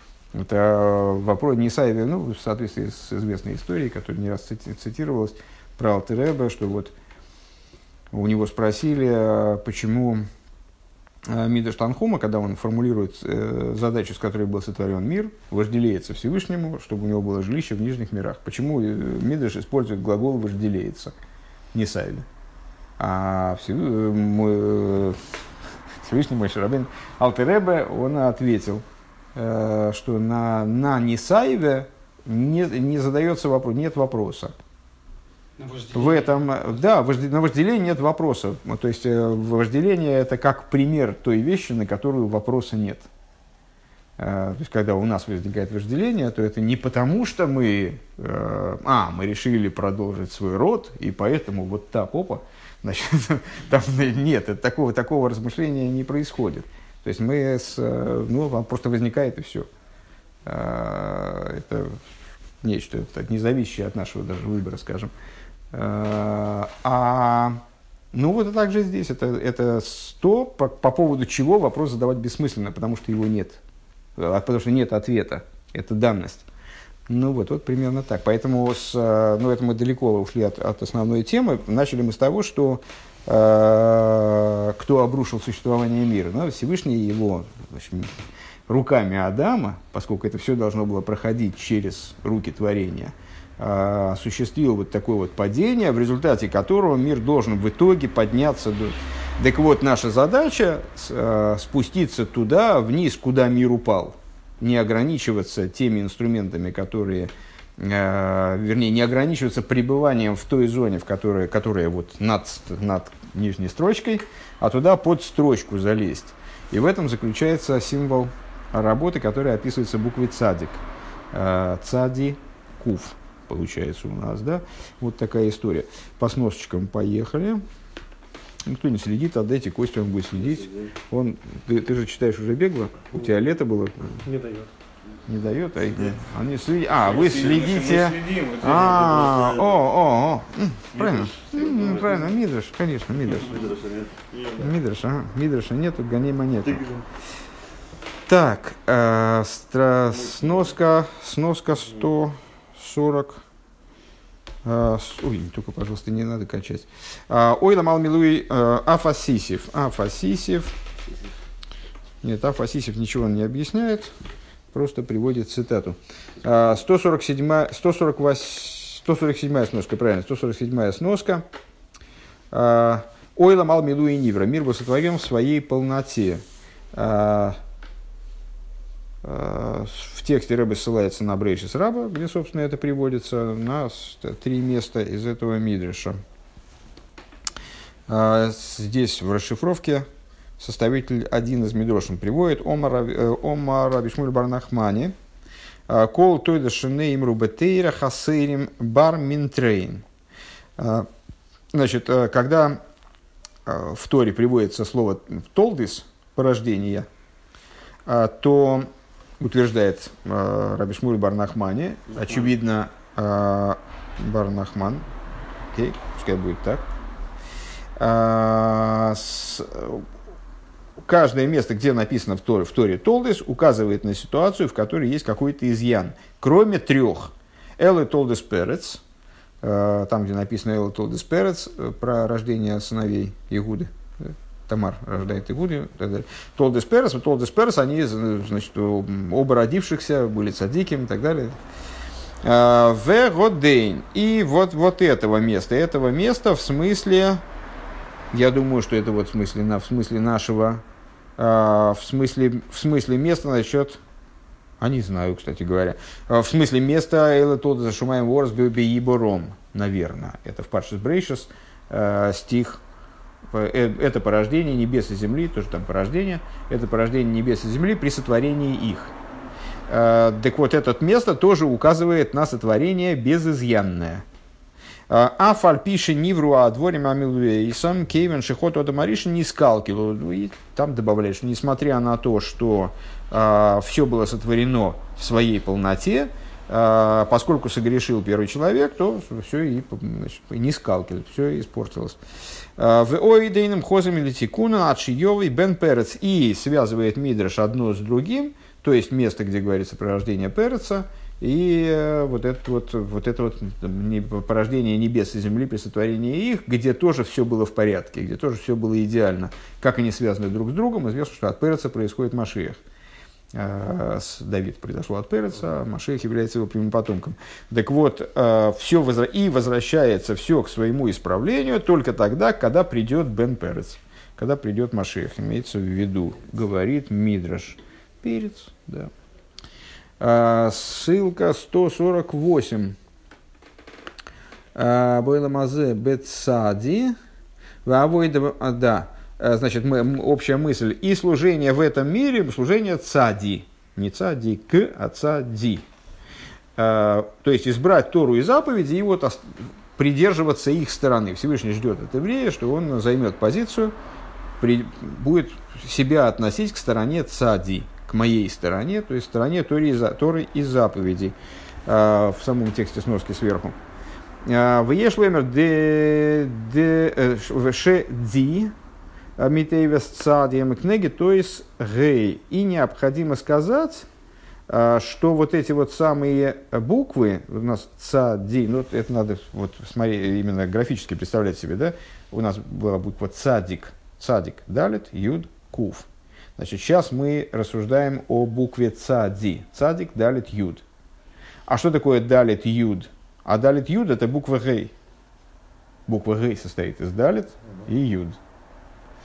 Это вопрос Несаеве, ну, в соответствии с известной историей, которая не раз цитировалась, про Алтер Ребе, что вот у него спросили, почему Мидраш Танхума, когда он формулирует задачу, с которой был сотворен мир, вожделеется Всевышнему, чтобы у него было жилище в нижних мирах. Почему Мидраш использует глагол «вожделеется», не «сайве». А Всевышний Моше Рабейну Алтер Ребе, он ответил, что на, на «несайве» не, не задается вопрос, нет вопроса. В этом, да, на вожделение нет вопроса. То есть вожделение — это как пример той вещи, на которую вопроса нет. То есть когда у нас возникает вожделение, то это не потому, что мы, а, мы решили продолжить свой род, и поэтому вот так, опа, значит, там нет, это такого, такого размышления не происходит. То есть мы, с, ну, просто возникает и все. Это нечто, это не зависящее от нашего даже выбора, скажем. А, ну вот и так же здесь. Это, это то, по, по поводу чего вопрос задавать бессмысленно, потому что его нет. Потому что нет ответа. Это данность. Ну вот, вот примерно так. Поэтому с, ну, это мы далеко ушли от, от основной темы. Начали мы с того, что э, кто обрушил существование мира. Ну, Всевышний его, в общем, руками Адама, поскольку это все должно было проходить через руки творения, осуществил вот такое вот падение, в результате которого мир должен в итоге подняться до... Так вот, наша задача спуститься туда, вниз, куда мир упал. не ограничиваться теми инструментами, которые, э, вернее, не ограничиваться пребыванием в той зоне, в которой, которая вот над, над нижней строчкой, а туда под строчку залезть. И в этом заключается символ работы, который описывается буквой цадик. Э, цади кув получается у нас, да? Вот такая история. По сносочкам поехали. Никто не следит, отдайте Костю, он будет следить. Он, ты, ты же читаешь уже бегло? У тебя лето было? Не дает. Не дает? А, они следят. А, вы следите. Мы следим, мы А, следим, о, о, о. М, Правильно. Мидраш. М, Правильно, Мидраш, конечно, Мидраш. Мидраш, ага. Мидраша нету, гони монету. Так, э, стра- сноска, сноска сто сорок. Uh, ой, только, пожалуйста, не надо качать. Ойла Малмилуи Афасисев. Афасисев. Нет, Афасисев ничего не объясняет, просто приводит цитату. Uh, сто сорок седьмая, сто сорок восьмая, сто сорок седьмая сноска, правильно, сто сорок седьмая сноска. Ойла Малмилуи Нивра. Мир был сотворен в своей полноте. Uh, В тексте Рэбе ссылается на Брейшис Раба, где, собственно, это приводится, на три места из этого мидраша. Здесь в расшифровке составитель один из мидрашим приводит Омар Раби Шмуэль бар Нахмани Кол тойда шинеим рубетейра хасейрим бар минтрейн. Значит, когда в Торе приводится слово «толдис» – порождение, то утверждает э, Раби Шмуэль бар Нахмани, очевидно, э, бар Нахман, окей, пускай будет так. Э, с, каждое место, где написано в Торе, в Торе Толдес, указывает на ситуацию, в которой есть какой-то изъян, кроме трех. Элэ Толдес Перец, э, там, где написано Элэ Толдес Перец, э, про рождение сыновей Игуды. Тамар рождает Игуды, Толдес Перес, Толдес Перес, они, значит, оба родившихся были цадиким и так далее. В Годейн. И вот, вот этого места, этого места в смысле, я думаю, что это вот в смысле, в смысле нашего, в смысле, в смысле места насчет, а не знаю, кстати говоря, в смысле места Эла Толдес Шумаем Ворс Бейбором, наверное, это в Паршас Брейшис стих. Это порождение небес и земли, тоже там порождение, это порождение небес и земли при сотворении их. Так вот, это место тоже указывает на сотворение безызъянное. А фальпиши нивру адворим амилуэйсам кейвен шихот одамариши не скалкилу. И там добавляют, что несмотря на то, что а, все было сотворено в своей полноте, а, поскольку согрешил первый человек, то все и, значит, не скалкило, все испортилось. В оидейном хозами литикуна отшиёвый бен перец. И связывает мидраш одно с другим, то есть место, где говорится про рождение переца, и вот это вот, вот, это вот порождение небес и земли при сотворении их, где тоже все было в порядке, где тоже все было идеально. Как они связаны друг с другом, известно, что от переца происходит Машиах. С Давид произошло от Переца, а Машиах является его прямым потомком. Так вот, все возра... и возвращается все к своему исправлению только тогда, когда придет Бен Перец, когда придет Машиах, имеется в виду, говорит Мидраш. Перец, да. Ссылка сто сорок восемь. Бойламазе Бетсади. Да. Значит, мы, общая мысль. И служение в этом мире, служение цади. Не цадик, а цади. То есть, избрать Тору и заповеди и вот придерживаться их стороны. Всевышний ждет от еврея, что он займет позицию, при, будет себя относить к стороне цади, к моей стороне, то есть стороне Торы и, Торы и заповедей. В самом тексте сноски сверху. Вешлемер де ше ди. Митейвес цадием книги, то есть гей. И необходимо сказать, что вот эти вот самые буквы, у нас цади, ну это надо вот смотри, именно графически представлять себе, да? У нас была буква цадик, цадик, далит, юд, кув. Значит, сейчас мы рассуждаем о букве цади, цадик, далит, юд. А что такое далит, юд? А далит, юд это буква гей. Буква гей состоит из далит и юд.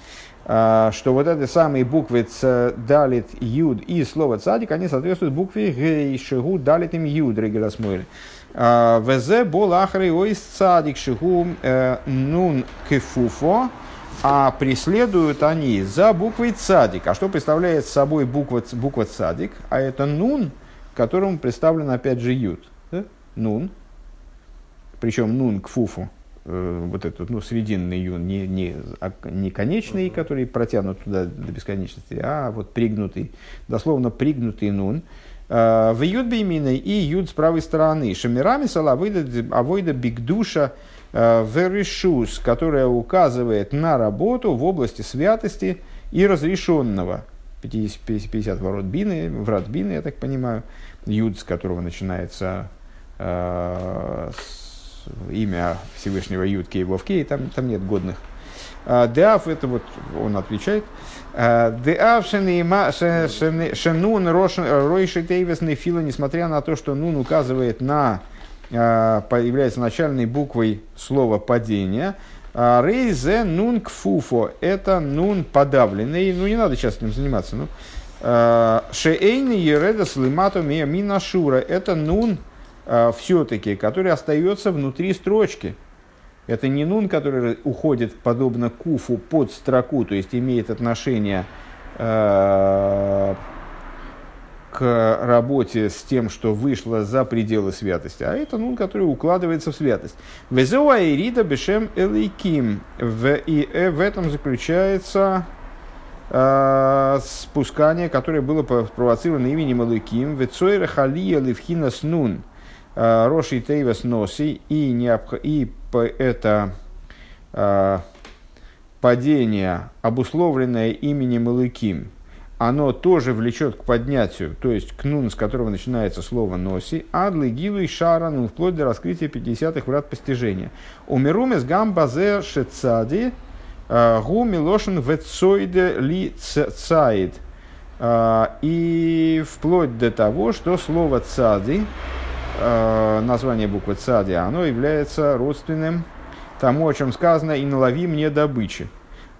что вот эти самые буквы ц, далит, юд и слово цадик, они соответствуют букве гей, шигу, далит им юд, регеласмойли. Везе бол ахрей ойс цадик, шигу, нун кефуфо, а преследуют они за буквой цадик. А что представляет собой буква, буква цадик? А это нун, которому представлен опять же юд. Да? Нун, причем нун кфуфу. Вот этот, ну, срединный юн, не, не, не конечный, который протянут туда до бесконечности, а вот пригнутый, дословно пригнутый нун. В юд бейминой и юд с правой стороны. Шамирами авойда бигдуша веришус, которая указывает на работу в области святости и разрешенного. пятьдесят, пятьдесят ворот бины, врат бины, я так понимаю, юд, с которого начинается э, с, имя Всевышнего Юд Кей Вов Кей, там, там нет годных. Деав, это вот он отвечает. Деав шенун ройши тейвес нефила, несмотря на то, что нун указывает на, является начальной буквой слова падения. Рейзе нун кфуфо, это нун подавленный, ну не надо сейчас этим заниматься. Ну. Шеэйни ереда слимато минашура, это нун все-таки, который остается внутри строчки. Это не нун, который уходит подобно куфу под строку, то есть имеет отношение э, к работе с тем, что вышло за пределы святости, а это нун, который укладывается в святость. Везеуа ирида бешем элейким. И в этом заключается э, спускание, которое было спровоцировано именем элейким. Вецойра халия левхинас нун. Роши Тейвас Носи, и, необх... и это э, падение, обусловленное именем Элыким, оно тоже влечет к поднятию, то есть к нун, с которого начинается слово Носи, адлы гилу и шаран, вплоть до раскрытия пятидесятых врат постижения. Умирумес гамбазе шецади гу милошин ветсоиде ли цаид. И вплоть до того, что слово цади, название буквы цади, оно является родственным тому, о чем сказано, и налови мне добычи.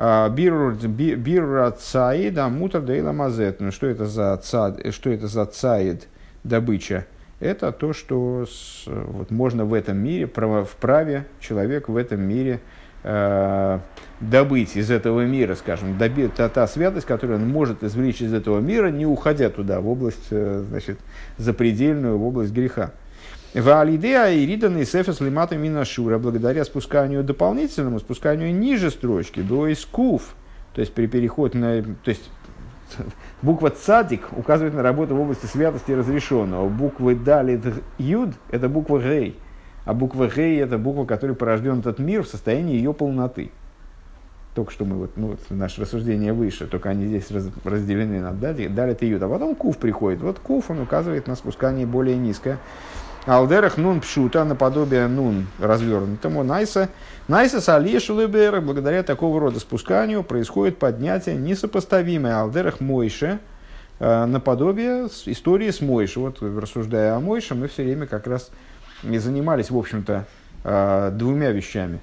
Бирра цаид, а мутар дейла мазет. Ну, что это за цад, что это за цаид, добыча? Это то, что с, вот, можно в этом мире, вправе человек в этом мире э, добыть из этого мира, скажем, доби, та, та святость, которую он может извлечь из этого мира, не уходя туда, в область, э, значит, запредельную, в область греха. Ваалидеа и риданный сефес лимата минашура, благодаря спусканию дополнительному, спусканию ниже строчки, до искуф, то есть при переходе на, то есть буква цадик указывает на работу в области святости и разрешенного. Буквы далит юд – это буква гей, а буква гей – это буква, которой порожден этот мир в состоянии ее полноты. Только что мы, вот, ну, вот, наше рассуждение выше, только они здесь раз, разделены на далит и юд. А потом куф приходит. Вот куф, он указывает на спускание более низкое. Алдерах нун пшута, наподобие нун развернутому, найса, найса салишулыбер, благодаря такого рода спусканию происходит поднятие несопоставимое. Алдерах Мойше, наподобие истории с Мойше. Вот рассуждая о Мойше, мы все время как раз и занимались, в общем-то, двумя вещами.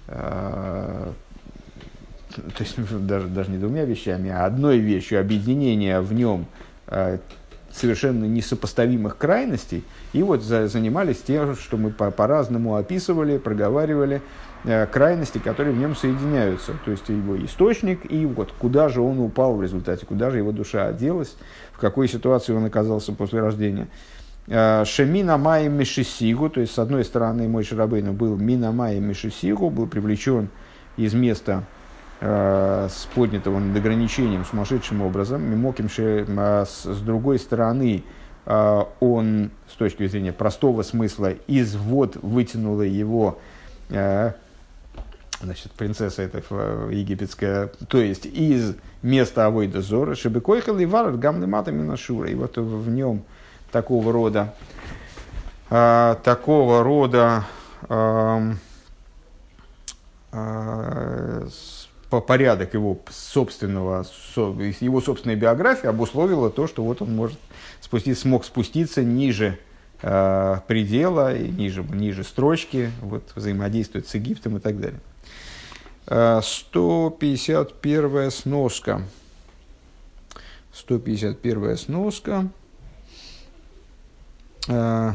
То есть даже, даже не двумя вещами, а одной вещью, объединение в нем совершенно несопоставимых крайностей, и вот за, занимались тем, что мы по, по-разному описывали, проговаривали э, крайности, которые в нем соединяются, то есть его источник, и вот куда же он упал в результате, куда же его душа оделась, в какой ситуации он оказался после рождения. Шемина Майя Мишисигу, то есть с одной стороны Мойше Рабейну был Мина Майя Мишисигу, был привлечен из места с поднятого над ограничением сумасшедшим образом. Мимокимши, с другой стороны, он, с точки зрения простого смысла, из вод вытянула его, значит, принцесса эта египетская, то есть из места Авойда Зора, Шебекойхал и Варат Гамлемата Минашура. И вот в нем такого рода, такого рода по порядок его собственного, его собственной биографии обусловило то, что вот он может спуститься, смог спуститься ниже э, предела, ниже, ниже строчки, вот, взаимодействовать с Египтом и так далее. сто пятьдесят первая сноска. сто пятьдесят первая сноска. Ну,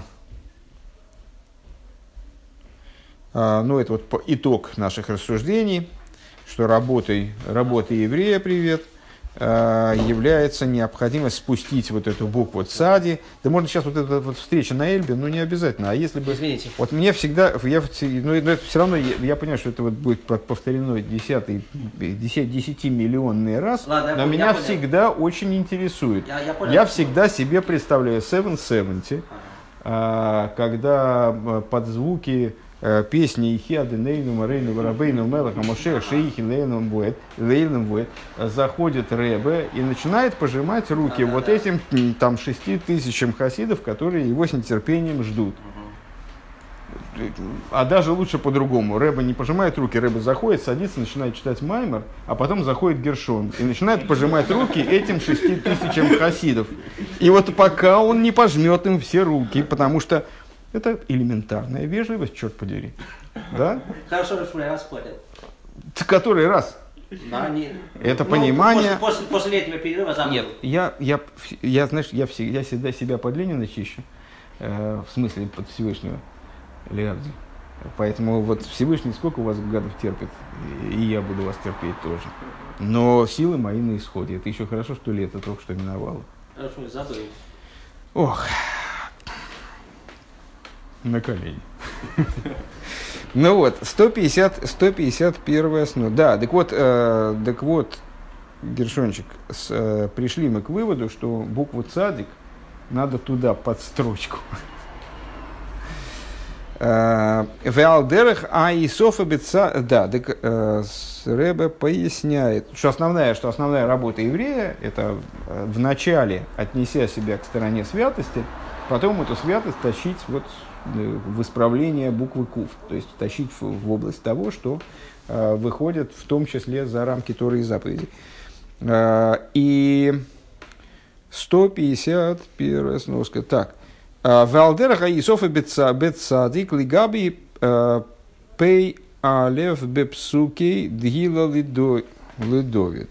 это вот итог наших рассуждений, что работой, работой еврея, привет, является необходимость спустить вот эту букву цади. Да можно сейчас вот эта вот встреча на Эльбе, ну не обязательно. А если бы... Извините. Вот мне всегда... Я, ну, это все равно, я, я понимаю, что это вот будет повторено десятый, десятимиллионный раз, Ладно, но я меня понял. всегда очень интересует. Я, я, понял, я всегда себе представляю семь семьдесят, ага. когда под звуки песни «Ихиады нейну марейну варабейну мелаха мошех шейхи лейном буэт» заходит Ребе и начинает пожимать руки да, вот да, этим да. там шести тысячам хасидов, которые его с нетерпением ждут. Угу. А даже лучше по-другому. Ребе не пожимает руки, Ребе заходит, садится, начинает читать маймер, а потом заходит Гершон и начинает пожимать руки этим шести тысячам хасидов. И вот пока он не пожмет им все руки, потому что это элементарная вежливость, черт подери. Да? Хорошо, что я вас понял. Который раз? Да, не... Это ну, понимание... После, после, после этого перерыва забыл. Нет, я, я, я, знаешь, я, всегда, я всегда себя под Ленина чищу. Э, в смысле, под Всевышнего. Леавди. Поэтому вот Всевышний сколько у вас гадов терпит, и я буду вас терпеть тоже. Но силы мои на исходе. Это еще хорошо, что лето только что миновало. Хорошо, забыл. Ох... На колени. Ну вот, сто пятьдесят, сто пятьдесят первая сно. Да, так вот, э, так вот, Гершончик, с, э, пришли мы к выводу, что букву цадик надо туда под строчку. Веалдерах аисофа беца. Да, так Ребе поясняет, что основная, что основная работа еврея это в начале, отнеся себя к стороне святости, потом эту святость тащить вот в исправление буквы Кув, то есть тащить в, в область того, что э, выходит в том числе за рамки Торы и заповедей. Э, и сто пятьдесят первая сноска. Так. Валдераха Исофа бетсадик лигаби пей алев бепсукей дгила лидовит.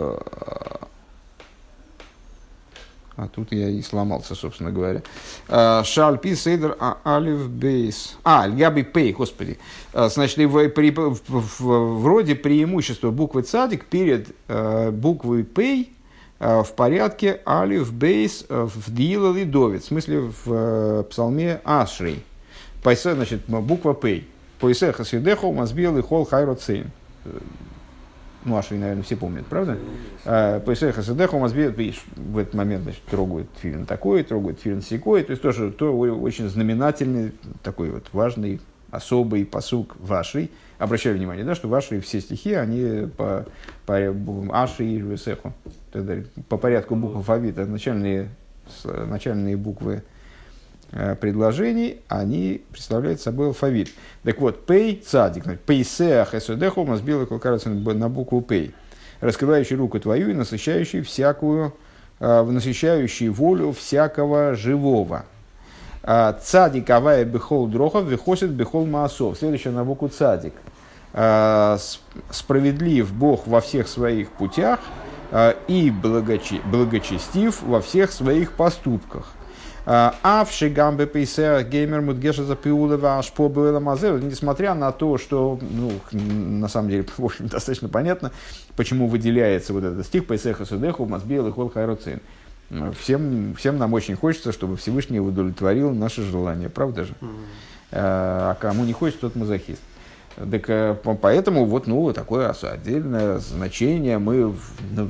А тут я и сломался, собственно говоря. Шальпи сейдер алев бейс. А, льгаби пей, господи. Значит, в, при, в, в, вроде преимущества буквы цадик перед э, буквой пей э, в порядке алев бейс в дила лидовит. В смысле в э, псалме Ашрей. Пайсе, значит, буква пей. Поисеха сидехо мазбил и хол хайроцейн. Ну, Ашри, наверное, все помнят, правда? Поисеха сидехо мазбил, в этот момент, значит, трогают тфилин такой, трогают тфилин сякой. То есть тоже то очень знаменательный, такой вот важный, особый пасук в Ашри. Обращаю внимание, да, что в Ашри все стихи, они по, по Ашри и Весеху, по порядку букв алфавита, начальные, начальные буквы предложений, они представляют собой алфавит. Так вот, пей цадик, пейсеах эсудеху мазбила колкарацин на букву пей, раскрывающий руку твою и насыщающий всякую, насыщающий волю всякого живого. Цадик авая бехол дрохов вихосит бехол маасов. Следующее на букву цадик. Справедлив Бог во всех своих путях и благочестив во всех своих поступках. Авши гамбе пейсеах геймер мудгеша запиулева аж по было мазер. Несмотря на то, что, ну, на самом деле, в общем, достаточно понятно, почему выделяется вот этот стих пейсеха судеху мазбил и хол хайроцин. Всем, всем нам очень хочется, чтобы Всевышний удовлетворил наши желания, правда же? Mm-hmm. А кому не хочется, тот мазохист. Так, поэтому вот, ну, такое отдельное значение мы, ну,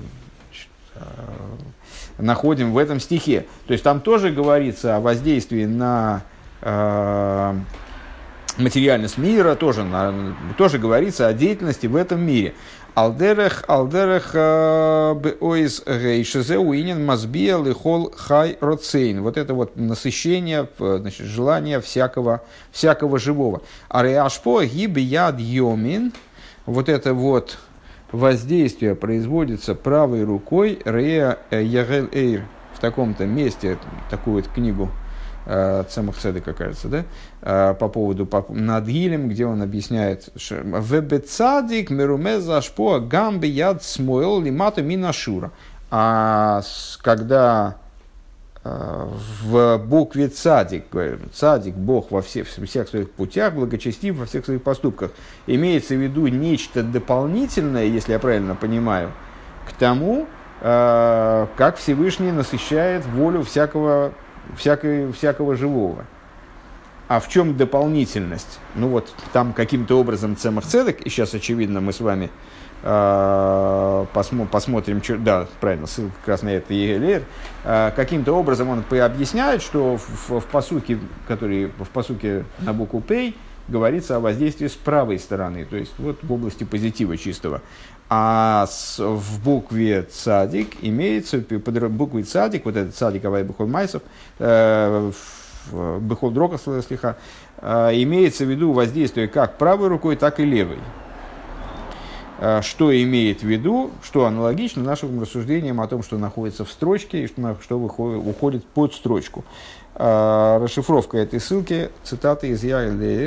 находим в этом стихе. То есть там тоже говорится о воздействии на э, материальность мира, тоже, на, тоже говорится о деятельности в этом мире. Алдерех, алдерех беоис гейшезе уинен мазбия лихол хай роцейн. Вот это вот насыщение, значит, желание всякого, всякого живого. Ареашпо гиби яд йомин. Вот это вот воздействие производится правой рукой Рея Ягель Эйр. В таком-то месте, такую вот книгу Цемах Цедека, кажется, да, по поводу над Гилем, где он объясняет «Вебецадик мерумеза ашпоа гамби яд смоэл лимату минашура». А когда в букве цадик, цадик, Бог во всех, всех своих путях, благочестив во всех своих поступках, имеется в виду нечто дополнительное, если я правильно понимаю, к тому, как Всевышний насыщает волю всякого, всякого, всякого живого. А в чем дополнительность? Ну вот там каким-то образом Цемах Цедек, и сейчас очевидно мы с вами э, посмо, посмотрим, что, да, правильно, ссылка как раз на это Егелер, э, каким-то образом он объясняет, что в, в пасуке, который в пасуке на букву Пей, говорится о воздействии с правой стороны, то есть вот в области позитива чистого. А с, в букве цадик имеется, под буквой цадик, вот этот цадик Авай Бехол Майсов, э, Бехол Дрока слиха, имеется в виду воздействие как правой рукой, так и левой. Что имеет в виду, что аналогично нашим рассуждениям о том, что находится в строчке и что, что выходит, уходит под строчку. Расшифровка этой ссылки, цитаты из Яэль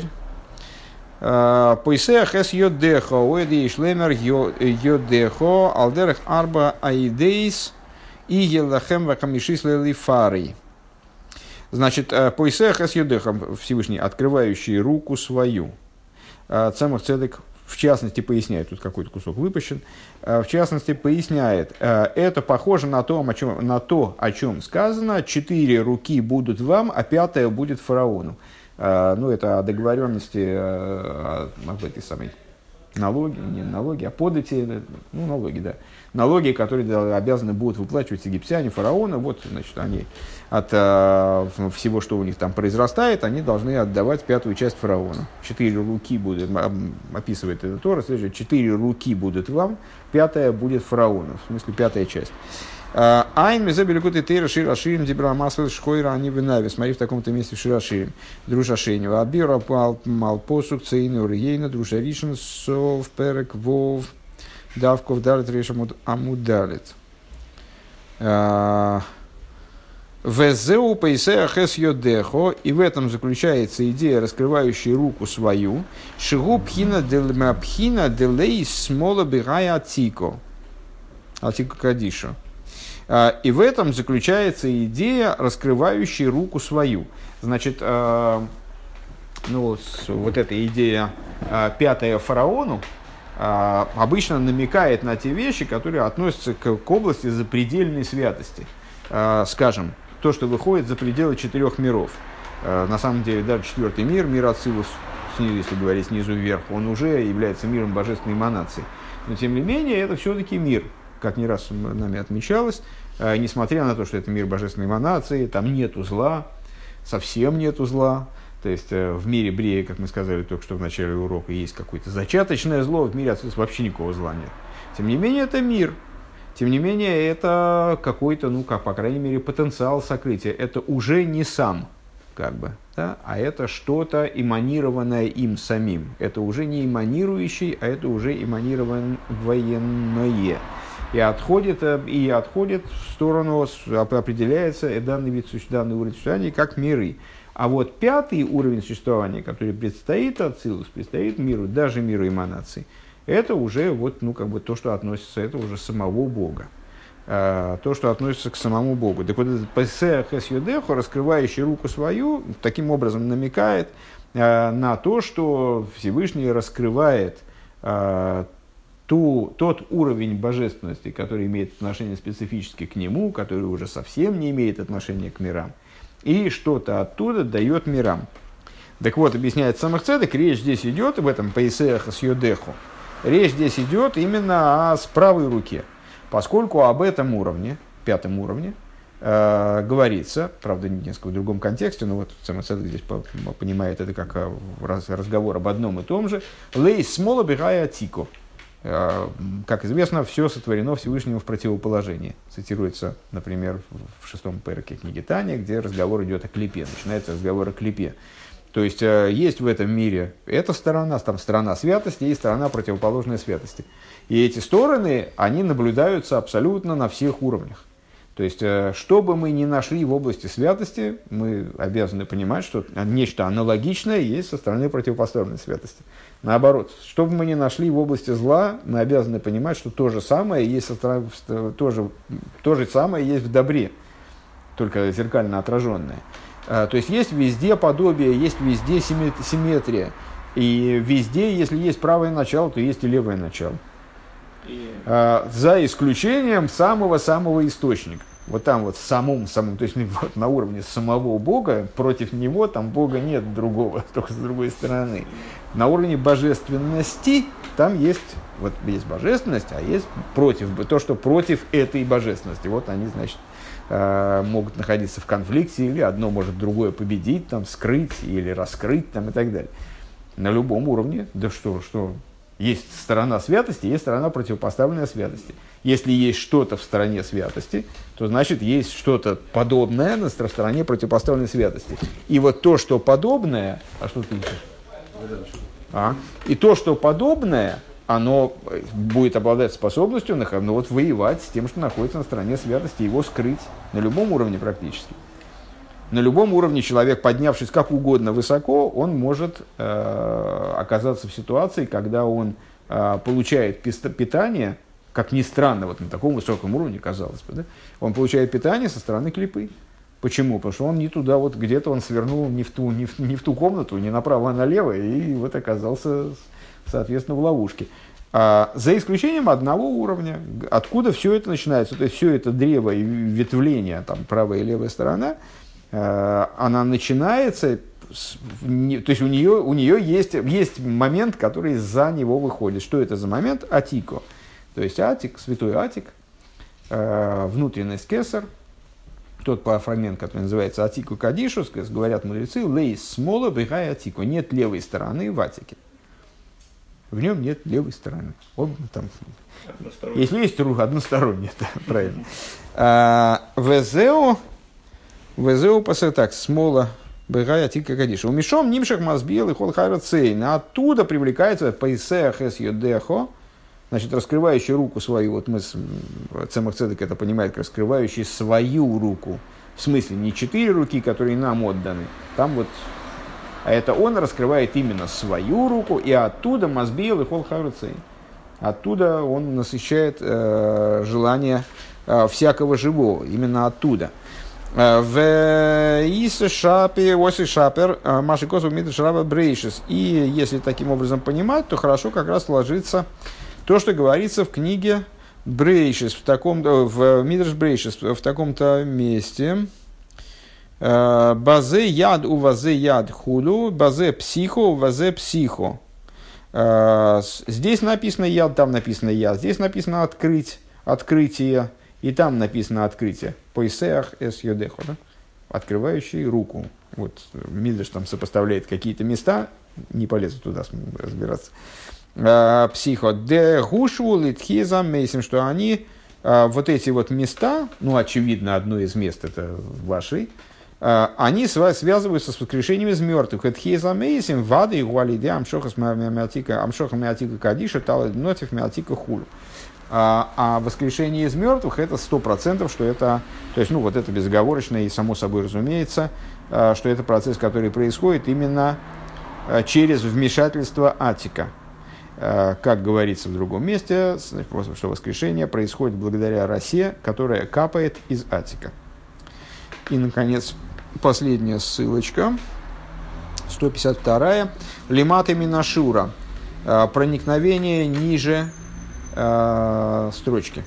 «Пойсех эс йодехо, оэди ишлемер йодехо, алдерах арба аидейс, и елахем вакамишис лелифарий». Значит, «Пойсех эс йодехо», Всевышний, открывающий руку свою. Цемах Цедек, в частности, поясняет, тут какой-то кусок выпущен, в частности, поясняет, это похоже на то, о чем, на то, о чем сказано, четыре руки будут вам, а пятая будет фараону. Ну, это о договоренности, об этой самой налоги, не налоги, а подати, ну, налоги, да. Налоги, которые обязаны будут выплачивать египтяне, фараоны, вот, значит, они от а, всего, что у них там произрастает, они должны отдавать пятую часть фараону. Четыре руки будут, описывает это Тора, следует, четыре руки будут вам, пятая будет фараону, в смысле, пятая часть. Айн мезебеликут и тейра шираширим дибрамасл шхойра они винави. Смотри в таком-то месте в шираширим. Дружашенева. Абира пал малпосук цейну рейна дружаришин сов перек вов давков далит решам амудалит. Везеу пейсеа хес йодехо. И в этом заключается идея, раскрывающая руку свою. Шигу пхина дельма пхина делей смола бирая атико. Атико кадиша. И в этом заключается идея, раскрывающая руку свою. Значит, ну, вот эта идея пятая фараону обычно намекает на те вещи, которые относятся к, к области запредельной святости. Скажем, то, что выходит за пределы четырех миров. На самом деле, даже четвертый мир, мир Ацилус, снизу, если говорить снизу вверх, он уже является миром божественной эманации. Но, тем не менее, это все-таки мир. Как не раз нами отмечалось, э, несмотря на то, что это мир божественной эманации, там нету зла, совсем нету зла. То есть э, в мире Брия, как мы сказали только что в начале урока, есть какое-то зачаточное зло, в мире Ацилус вообще никакого зла нет. Тем не менее, это мир. Тем не менее, это какой-то, ну, как, по крайней мере, потенциал сокрытия. Это уже не сам, как бы, да? А это что-то эманированное им самим. Это уже не эманирующий, а это уже эманированное. И отходит, и отходит в сторону, определяется данный, вид, данный уровень существования как миры. А вот пятый уровень существования, который предстоит Ацилус, предстоит миру, даже миру эманаций, это уже вот, ну, как бы то, что относится, это уже самого Бога. А, то, что относится к самому Богу. Так вот этот Песеах эс йодехо, раскрывающий руку свою, таким образом намекает а, на то, что Всевышний раскрывает а, Ту, тот уровень божественности, который имеет отношение специфически к нему, который уже совсем не имеет отношения к мирам, и что-то оттуда дает мирам. Так вот, объясняет Цемах Цедек, речь здесь идет в этом Пейсеах эс йодехо, речь здесь идет именно о с правой руке, поскольку об этом уровне, пятом уровне, э, говорится, правда, несколько в другом контексте, но вот Цемах Цедек здесь по, понимает это как раз, разговор об одном и том же, «Лейс смола бирая атико». Как известно, все сотворено Всевышнему в противоположении. Цитируется, например, в шестом перке книги Таня, где разговор идет о клипе. Начинается разговор о клипе. То есть, есть в этом мире эта сторона, там сторона святости и сторона противоположной святости. И эти стороны, они наблюдаются абсолютно на всех уровнях. То есть, что бы мы ни нашли в области святости, мы обязаны понимать, что нечто аналогичное есть со стороны противопоставленной святости. Наоборот, что бы мы ни нашли в области зла, мы обязаны понимать, что то же самое есть, со стороны, то же, то же самое есть в добре, только зеркально отраженное. То есть, есть везде подобие, есть везде симметрия. И везде, если есть правое начало, то есть и левое начало. И... За исключением самого-самого источника. Вот там вот самом самом, то есть вот на уровне самого Бога, против него там Бога нет другого, только с другой стороны. На уровне божественности там есть, вот есть божественность, а есть против, то, что против этой божественности. Вот они, значит, могут находиться в конфликте, или одно может другое победить, там, скрыть или раскрыть там, и так далее. На любом уровне, да что, что есть сторона святости, есть сторона противопоставленной святости. Если есть что-то в стороне святости, то значит есть что-то подобное на стороне противопоставленной святости. И вот то, что подобное, а что ты ищешь? А? И то, что подобное, оно будет обладать способностью ну, вот, воевать с тем, что находится на стороне святости, его скрыть на любом уровне практически. На любом уровне человек, поднявшись как угодно высоко, он может э, оказаться в ситуации, когда он э, получает питание, как ни странно, вот на таком высоком уровне, казалось бы, да, он получает питание со стороны клипы. Почему? Потому что он не туда, вот где-то он свернул не в ту, не в, не в ту комнату, не направо, а налево, и вот оказался, соответственно, в ловушке. А, за исключением одного уровня, откуда все это начинается, то есть все это древо и ветвление, там, правая и левая сторона, она начинается, то есть у нее, у нее есть, есть момент, который за него выходит. Что это за момент? Атико. То есть Атик, святой Атик, внутренность Кесар, тот фрагмент, который называется Атику Кадишу, говорят мудрецы, лейс смола бегай Атико. Нет левой стороны в Атике. В нем нет левой стороны. Он, там, если есть рух, односторонняя, да, правильно. Везео Везеу пасер так, смола бегай Атика Кадишу. Умешом нимшах мазбил и холхайра цейн. Оттуда привлекается пайсеах эс йодехо, значит, раскрывающий руку свою, вот мы, Цемах Цедек это понимает, как раскрывающий свою руку. В смысле, не четыре руки, которые нам отданы, там вот, а это он раскрывает именно свою руку, и оттуда мазбил и холхайра цейн. Оттуда он насыщает э, желание э, всякого живого, именно оттуда. В Исе Шапе, Оси Шапер, Маши Косов Мидр Шраба Брейшис. И если таким образом понимать, то хорошо как раз ложится то, что говорится в книге Брейшис, в таком, в Мидрш Брейшис, в таком-то месте. Базе яд у вазе яд хулю, базе психо у вазе психо. Здесь написано яд, там написано яд. Здесь написано открыть, открытие. И там написано открытие. Поисеах эс йодехо, да? Открывающий руку. Вот Мидраш там сопоставляет какие-то места, не полезу туда разбираться. Психо. Де гушу литхиза мейсим, что они, вот эти вот места, ну, очевидно, одно из мест это вашей, они связываются с воскрешением из мертвых. Этхиза мейсим, вады и гуалиде амшохас миатика, амшоха миатика кадиша, талад нотив миатика хулю. А, а воскрешение из мертвых это сто процентов, что это, то есть, ну, вот это безоговорочно и само собой разумеется, что это процесс, который происходит именно через вмешательство Атика. Как говорится в другом месте, что воскрешение происходит благодаря росе, которая капает из Атика. И, наконец, последняя ссылочка, сто пятьдесят вторая, Лиматы Минашура, проникновение ниже строчки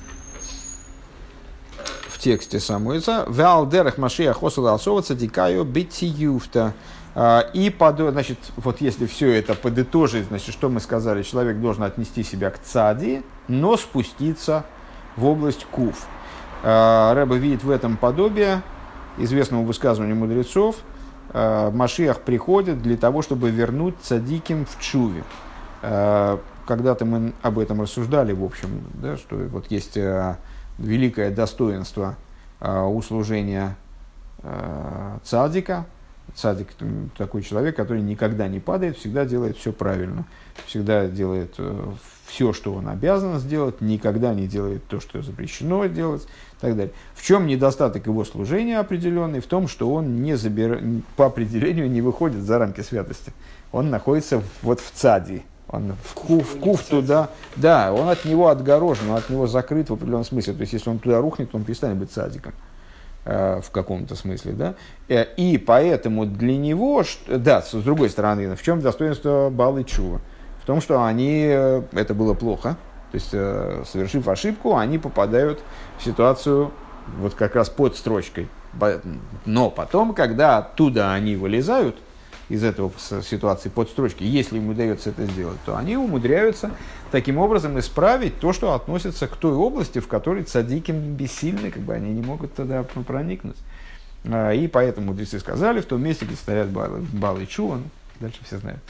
в тексте самуэца. Валдерах Машия Хосула Асова Цадикаю Битиюфта. И, под, значит, вот если все это подытожить, значит, что мы сказали, человек должен отнести себя к цади, но спуститься в область куф. Рэбе видит в этом подобие известному высказыванию мудрецов. Машиах приходит для того, чтобы вернуть цадиким в чуве. Когда-то мы об этом рассуждали, в общем, да, что вот есть э, великое достоинство э, у служения э, цадика, Цадик – такой человек, который никогда не падает, всегда делает все правильно, всегда делает все, что он обязан сделать, никогда не делает то, что запрещено делать и так далее. В чем недостаток его служения определенный? В том, что он не забира... по определению не выходит за рамки святости. Он находится вот в цади, он в, ку, в куф туда, да, он от него отгорожен, он от него закрыт в определенном смысле. То есть, если он туда рухнет, он перестанет быть цадиком э, в каком-то смысле, да. И поэтому для него, да, с другой стороны, в чем достоинство Баалы Тшува? В том, что они, это было плохо, то есть, совершив ошибку, они попадают в ситуацию вот как раз под строчкой. Но потом, когда оттуда они вылезают, из этого ситуации под строчки, если им удается это сделать, то они умудряются таким образом исправить то, что относится к той области, в которой цадиким бессильны, как бы они не могут туда проникнуть. И поэтому мудрецы сказали, в том месте, где стоят Баалы Тшува, дальше все знают.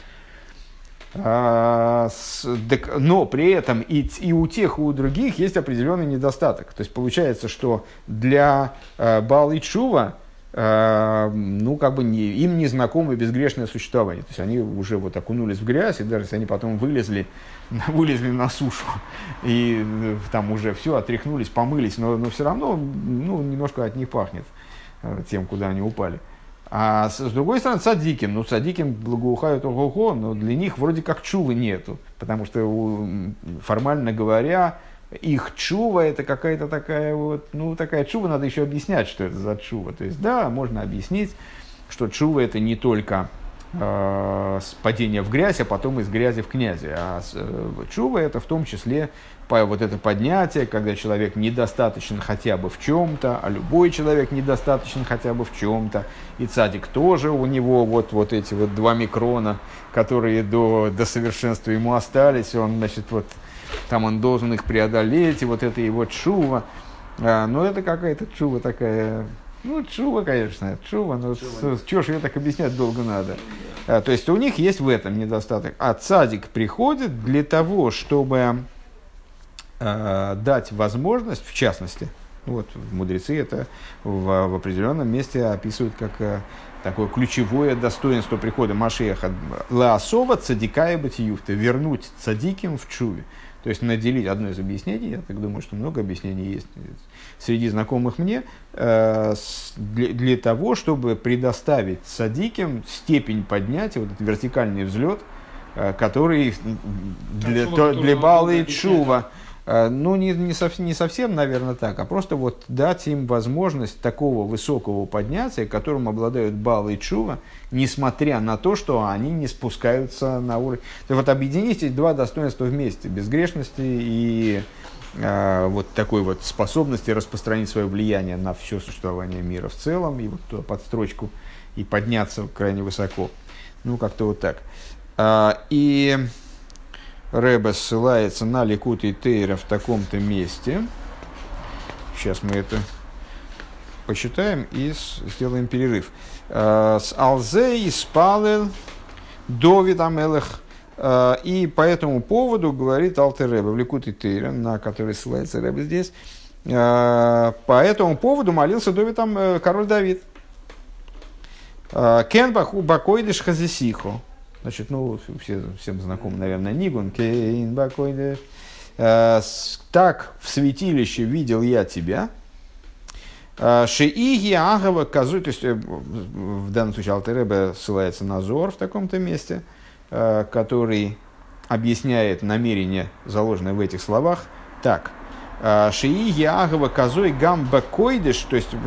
А, с, так, но при этом и, и у тех, и у других есть определенный недостаток. То есть получается, что для э, Баалы Тшува э, ну, как бы не, им не знакомо безгрешное существование. То есть они уже вот окунулись в грязь, и даже если они потом вылезли, вылезли на сушу и там уже все, отряхнулись, помылись, но, но все равно ну, немножко от них пахнет э, тем, куда они упали. А с, с другой стороны, цадиким, ну, цадиким благоухают ого-го, но для них вроде как чувы нету, потому что, у, формально говоря, их чува это какая-то такая вот, ну, такая чува, надо еще объяснять, что это за чува. То есть, да, можно объяснить, что чува это не только э, падение в грязь, а потом из грязи в князи, а э, чува это в том числе вот это поднятие, когда человек недостаточен хотя бы в чем-то, а любой человек недостаточен хотя бы в чем-то. И цадик тоже, у него вот, вот эти вот два микрона, которые до, до совершенства ему остались, он, значит, вот там он должен их преодолеть, и вот это его чува. А, но это какая-то чува такая, ну, чува, конечно, чува, но чего ж ее так объяснять долго надо. А, то есть у них есть в этом недостаток. А цадик приходит для того, чтобы дать возможность, в частности, вот мудрецы это в, в определенном месте описывают как э, такое ключевое достоинство прихода Машиаха лаасова цадика и батиюфта, вернуть цадиким в чуве. То есть наделить, одно из объяснений, я так думаю, что много объяснений есть среди знакомых мне, э, с, для, для того, чтобы предоставить цадиким степень поднятия, вот этот вертикальный взлет, э, который для, то, для Баалы Тшува. Ну, не, не, сов, не совсем, наверное, так, а просто вот дать им возможность такого высокого поднятия, которым обладают Баалы Тшува, несмотря на то, что они не спускаются на уровень. То есть, вот объединить эти два достоинства вместе, безгрешности и э, вот такой вот способности распространить свое влияние на все существование мира в целом, и вот под строчку, и подняться крайне высоко. Ну, как-то вот так. А, и... Ребе ссылается на Ликутей Тейра в таком-то месте. Сейчас мы это почитаем и с, сделаем перерыв. С Алзе и Спалел Довид Амелех. И по этому поводу говорит Алтер Ребе в Ликутей Тейра, на который ссылается Ребе здесь. По этому поводу молился Довид, там, король Давид. Кен баху бакойдеш хазисихо. Значит, ну, все, всем знаком, наверное, Нигун, Кейн Бакойдеш. Так в святилище видел я тебя. Шеиги Агава Казуй, то есть в данном случае Алтер Ребе ссылается на Зоар в таком-то месте, который объясняет намерение, заложенное в этих словах. Так, Шеиги Агава Казуй Гамба Койдеш, то есть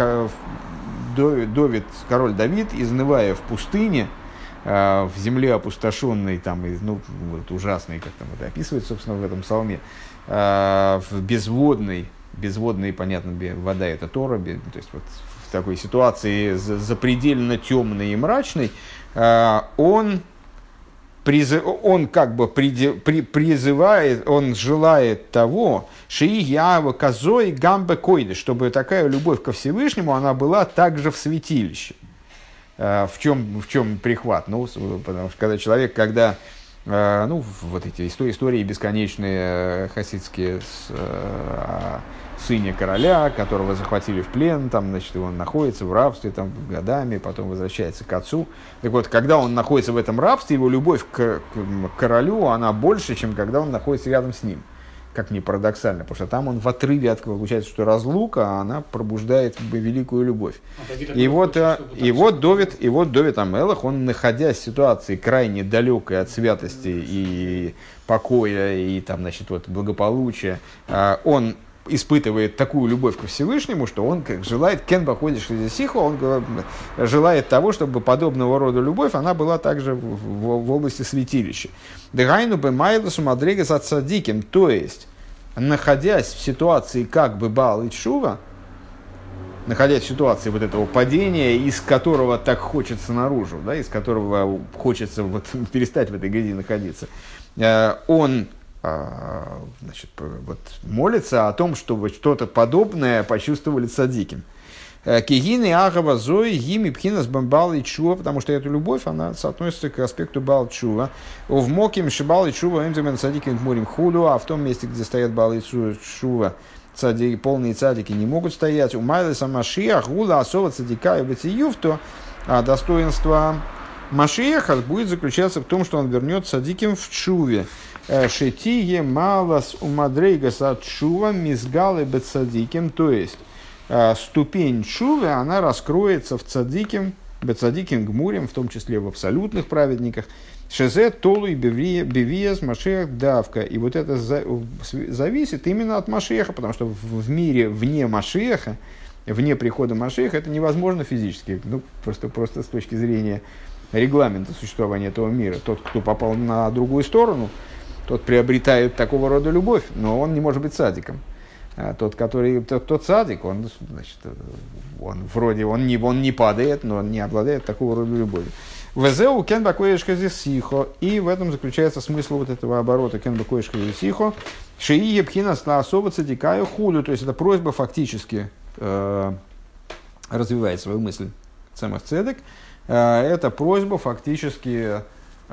Довид, король Давид, изнывая в пустыне, в земле опустошенной, там, ну, вот, ужасной, как там это описывается, собственно, в этом псалме, в безводной, безводной, понятно, вода это Тора, то есть вот в такой ситуации запредельно темной и мрачной, он, призыв, он как бы призывает, он желает того, шии ява козой гамбе койды, чтобы такая любовь ко Всевышнему, она была также в святилище. В чем, в чем прихват? Ну, потому что когда человек, когда, ну, вот эти истории, истории бесконечные, хасидские, с, сыне короля, которого захватили в плен, там, значит, он находится в рабстве там, годами, потом возвращается к отцу. Так вот, когда он находится в этом рабстве, его любовь к, к королю, она больше, чем когда он находится рядом с ним. Как ни парадоксально, потому что там он в отрыве от, получается, что разлука, она пробуждает великую любовь. И вот, и вот Довид, и вот Довид Амелах, он, находясь в ситуации крайне далекой от святости и покоя, и там, значит, вот, благополучия, он испытывает такую любовь ко Всевышнему, что он как желает, кен баходиш лизисихо, он желает того, чтобы подобного рода любовь, она была также в, в, в области святилища. Дегайну бы майласу мадригас от садиким, то есть, находясь в ситуации как бы Баал и Тшува, находясь в ситуации вот этого падения, из которого так хочется наружу, да, из которого хочется вот, перестать в этой грязи находиться, он значит, вот, молится о том, чтобы что-то подобное почувствовали цадиким. Кигины агава зои гими пхинас бамбал и чува, потому что эта любовь, она соотносится к аспекту бал чува. В моким шибал и чува эмзамен цадиким мурим худу, а в том месте, где стоят бал и чува, цадики, полные цадики не могут стоять. У майлеса машиах гула особо цадика и бетиюв, то а достоинство Машиаха будет заключаться в том, что он вернет цадиким в чуве. Шетие малас умадрейгас от чува мизгалы бецадиким, то есть ступень чувы, она раскроется в цадиким, бецадиким гмурим, в том числе в абсолютных праведниках. Шезе толу и бевиес Машиах давка. И вот это зависит именно от Машиаха, потому что в мире вне Машиаха, вне прихода Машиаха, это невозможно физически, ну, просто, просто с точки зрения регламента существования этого мира. Тот, кто попал на другую сторону, тот приобретает такого рода любовь, но он не может быть цадиком. А тот, который, тот, тот цадик, он, значит, он вроде он не, он не падает, но он не обладает такого рода любовью. Везеу кен бакоешка зисихо, и в этом заключается смысл вот этого оборота кен бакоешка зисихо. Шии епхина слаособа цадикаю худу, то есть это просьба фактически э, развивает свою мысль самых цедек. Э, это просьба фактически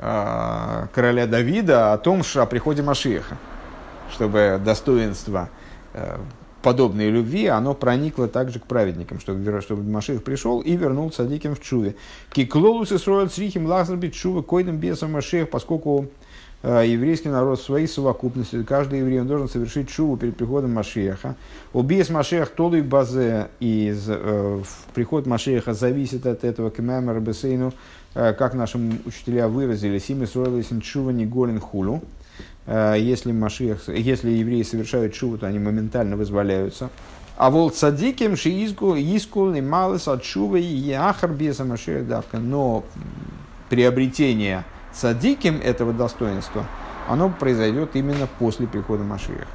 короля Давида о том, что о приходе Машиаха, чтобы достоинство подобной любви, оно проникло также к праведникам, чтобы, чтобы Машиах пришел и вернул цадиким в чуве. Киклолус и строил црихим лазарбит чува койдем бесом Машиах, поскольку еврейский народ в своей совокупности, каждый еврей он должен совершить чуву перед приходом Машиаха. Убес Машиах толуй базе, и э, приход Машиаха зависит от этого кемэмэр бесейну, как наши учителя выразили, сими строились чува не голен хулу. Если, Машиах, если евреи совершают чуву, то они моментально вызволяются. А вол цадиким шиизгу искул и малыс от чувы и ахар беса Машиах давка. Но приобретение цадиким этого достоинства, оно произойдет именно после прихода Машиаха.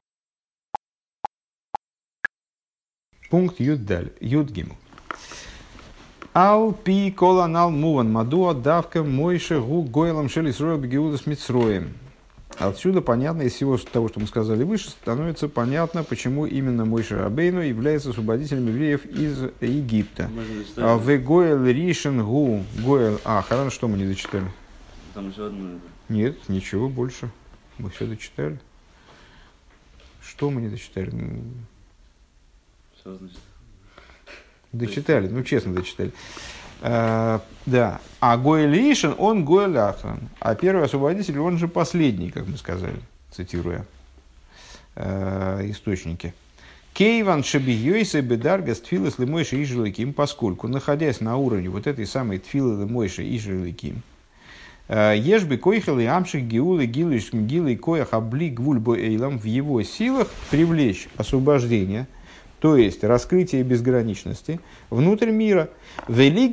Пункт Юддаль, Юдгиму. Ал пи коланал муван мадуа давка мойше гу гойлам шели сроя бегиуда с митсроем. Отсюда понятно, из всего того, что мы сказали выше, становится понятно, почему именно Мойше Рабейну является освободителем евреев из Египта. В гойл ришен гу гойл. А, хорошо, что мы не дочитали? Там еще одно. Нет, ничего больше. Мы все дочитали. Что мы не дочитали? Все, значит. Дочитали, ну честно дочитали. А, да. А Гоэль Ришен, он Гоэль Ахран. А первый освободитель, он же последний, как мы сказали, цитируя э, источники. Кейван шабиёйсе бедаргас тфилас лемойши и жилыким, поскольку, находясь на уровне вот этой самой тфилы лемойши и жилыким, ешби койхел и амших гиулы гилыш гилы коях обли гвульбо эйлам, в его силах привлечь освобождение, то есть раскрытие безграничности внутрь мира, и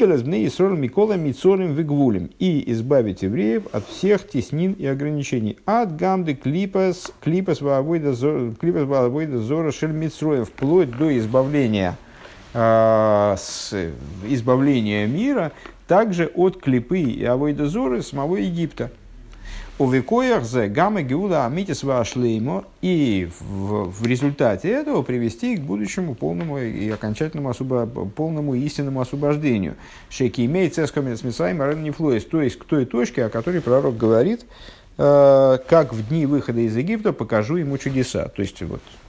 избавить евреев от всех теснин и ограничений. От гамды клипас, клипас ваавойда зора шельмитсроем, вплоть до избавления, э, с, избавления мира, также от клипы и авойда зоры самого Египта. У векоях за гамма геуда амитис вашлеймо, и в, в результате этого привести к будущему полному и окончательному освобо, полному истинному освобождению. Шейки имеет цесками с Мисаем Нефлоис, то есть к той точке, о которой пророк говорит, э, как в дни выхода из Египта покажу ему чудеса. То есть вот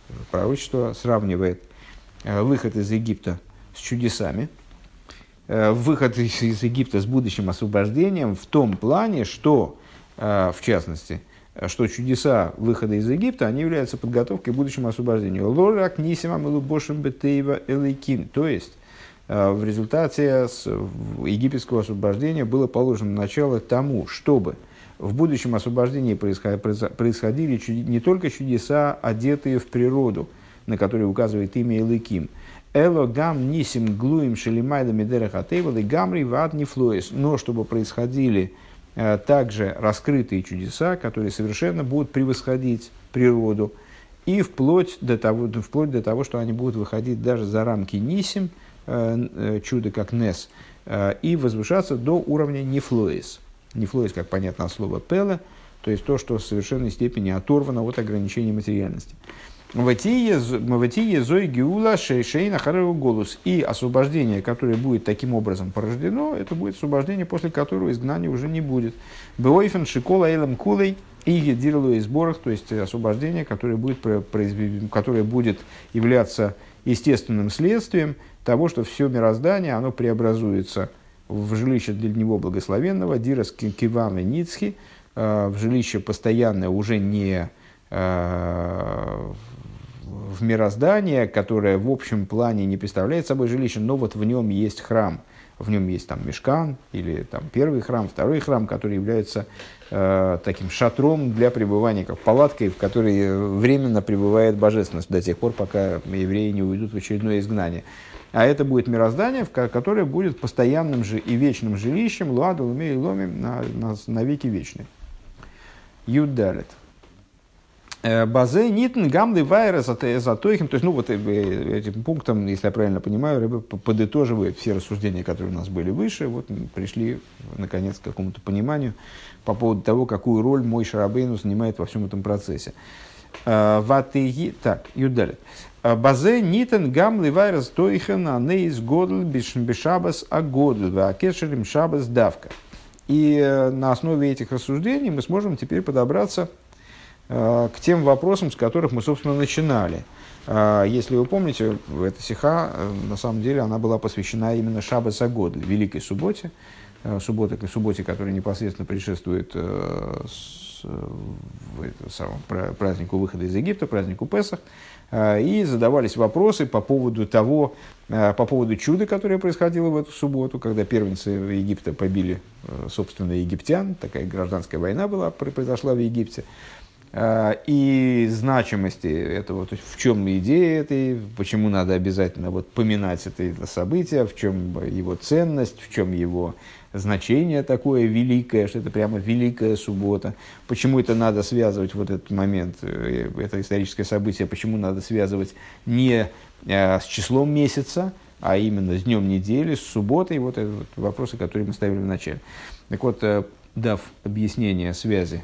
пророчество сравнивает выход из Египта с чудесами, выход из, из Египта с будущим освобождением в том плане, что, в частности, что чудеса выхода из Египта, они являются подготовкой к будущему освобождению. Лорак нисимам илубошим бетеева элейким. То есть, в результате египетского освобождения было положено начало тому, чтобы в будущем освобождении происходили не только чудеса, одетые в природу, на которые указывает имя Элейким. Эло гам нисим глуим шелимайда медерах атейвал и гамри вад нефлоис. Но чтобы происходили а, также раскрытые чудеса, которые совершенно будут превосходить природу, и вплоть до того, вплоть до того, что они будут выходить даже за рамки нисим, а, чудо как нес, а, и возвышаться до уровня нефлоис. Нефлоис, как понятно от слова пеле, то есть то, что в совершенной степени оторвано от ограничений материальности. Маватие зой геула шейшейна хареву голос. И освобождение, которое будет таким образом порождено, это будет освобождение, после которого изгнания уже не будет. Беойфен шикола эйлам кулей и едирлу из сборах, то есть освобождение, которое будет, произведено, которое будет являться естественным следствием того, что все мироздание, оно преобразуется в жилище для него благословенного, дирас кивам и ницхи, в жилище постоянное, уже не в мироздание, которое в общем плане не представляет собой жилище, но вот в нем есть храм, в нем есть там мишкан, или там первый храм, второй храм, который является э, таким шатром для пребывания, как палаткой, в которой временно пребывает божественность до тех пор, пока евреи не уйдут в очередное изгнание. А это будет мироздание, которое будет постоянным же и вечным жилищем, луаду, луме и ломе на, на, на веки вечные. Юдалит. Базе нитн гамды вайра затойхим. То есть, ну вот этим пунктом, если я правильно понимаю, Ребе подытоживает все рассуждения, которые у нас были выше. Вот мы пришли, наконец, к какому-то пониманию по поводу того, какую роль Мойше Рабейну занимает во всем этом процессе. Ватыги, так, Юдалит. Базе нитн гамды вайра затойхим анейс годл бешабас агодл вакешерим шабас давка. И на основе этих рассуждений мы сможем теперь подобраться к тем вопросам, с которых мы, собственно, начинали. Если вы помните, эта сиха, на самом деле, она была посвящена именно Шаббас а-Годль, Великой Субботе, субботе, субботе, которая непосредственно предшествует празднику выхода из Египта, празднику Песах, и задавались вопросы по поводу того, по поводу чуда, которое происходило в эту субботу, когда первенцы Египта побили, собственно, египтян, такая гражданская война была, произошла в Египте, и значимости этого, то есть в чем идея этой, почему надо обязательно вот поминать это, это событие, в чем его ценность, в чем его значение такое великое, что это прямо великая суббота, почему это надо связывать, вот этот момент, это историческое событие, почему надо связывать не с числом месяца, а именно с днем недели, с субботой, вот это вот вопросы, которые мы ставили в начале. Так вот, дав объяснение связи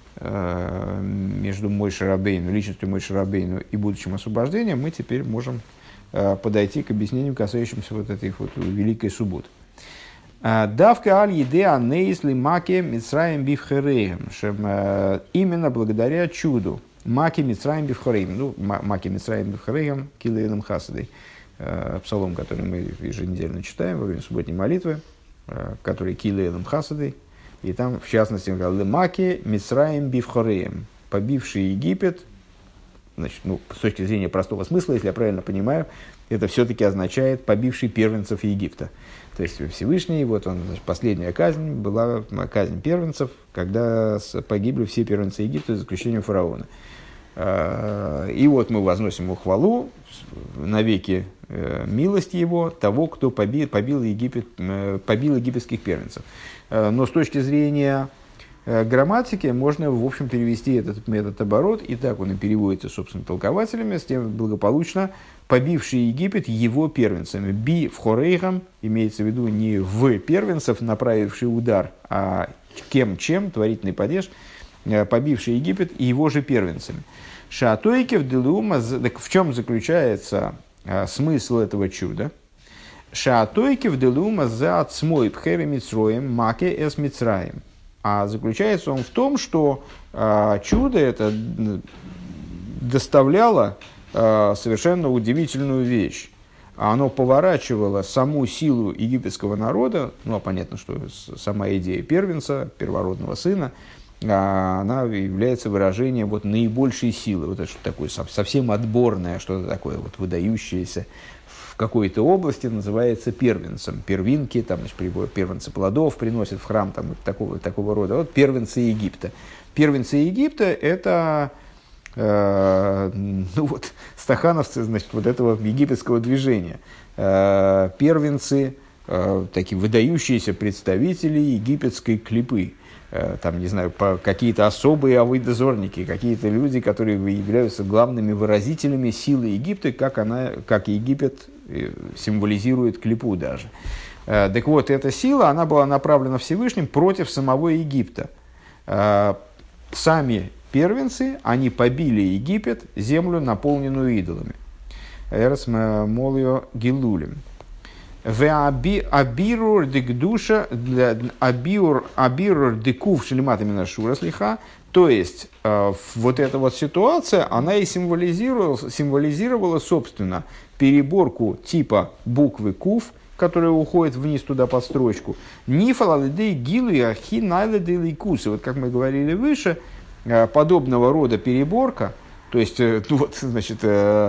между Мойше Рабейну, личностью Мойше Рабейну и будущим освобождением, мы теперь можем подойти к объяснению, касающимся вот этой вот великой субботы. Давка аль еде анейс маке мицраим бифхереем. Именно благодаря чуду маке мицраим бифхереем. Ну, маке мицраим бифхереем килейлем хасадой. Псалом, который мы еженедельно читаем во время субботней молитвы, который килейлем хасадой. И там, в частности, он говорил, «Лемаки мицраим бифхореем», побивший Египет. Значит, ну, с точки зрения простого смысла, если я правильно понимаю, это все-таки означает «побивший первенцев Египта». То есть Всевышний, вот он, значит, последняя казнь была казнь первенцев, когда погибли все первенцы Египта, за исключением фараона. И вот мы возносим ему хвалу, навеки милость его, того, кто побил, побил, Египет, побил египетских первенцев. Но с точки зрения грамматики можно, в общем, перевести этот метод оборот, и так он и переводится, собственно, толкователями, с тем благополучно побивший Египет его первенцами. Би в хорейхам, имеется в виду не в первенцев, направивший удар, а кем-чем, творительный падеж, побивший Египет и его же первенцами. Шаатойкев делума, в чем заключается а, смысл этого чуда? Шаатойкев делума за отсмой пхеры мицроем маке эс мицраем. А заключается он в том, что а, чудо это доставляло совершенно удивительную вещь. Оно поворачивало саму силу египетского народа, ну, а понятно, что сама идея первенца, первородного сына, она является выражением вот наибольшей силы. Вот это что-то такое совсем отборное, что-то такое вот выдающееся в какой-то области называется первенцем. Первинки, там, значит, первенцы плодов приносят в храм, там, такого, такого рода. Вот первенцы Египта. Первенцы Египта – это э, ну вот, стахановцы, значит, вот этого египетского движения. Э, первенцы, э, такие выдающиеся представители египетской клипы. Там, не знаю, какие-то особые авойдозорники, какие-то люди, которые являются главными выразителями силы Египта, как, она, как Египет символизирует клипу даже. Так вот, эта сила, она была направлена Всевышним против самого Египта. Сами первенцы, они побили Египет, землю, наполненную идолами. Эрс молио гилулем. Абирур дикдуша абирур абирур дикув шелемата минашура слиха. То есть э, вот эта вот ситуация, она и символизировала, символизировала, собственно, переборку типа буквы кув, которая уходит вниз туда под строчку. Нифалалидей гилу и ахи найледей лейкусы. Вот как мы говорили выше, э, подобного рода переборка, то есть, э, ну вот, значит, э,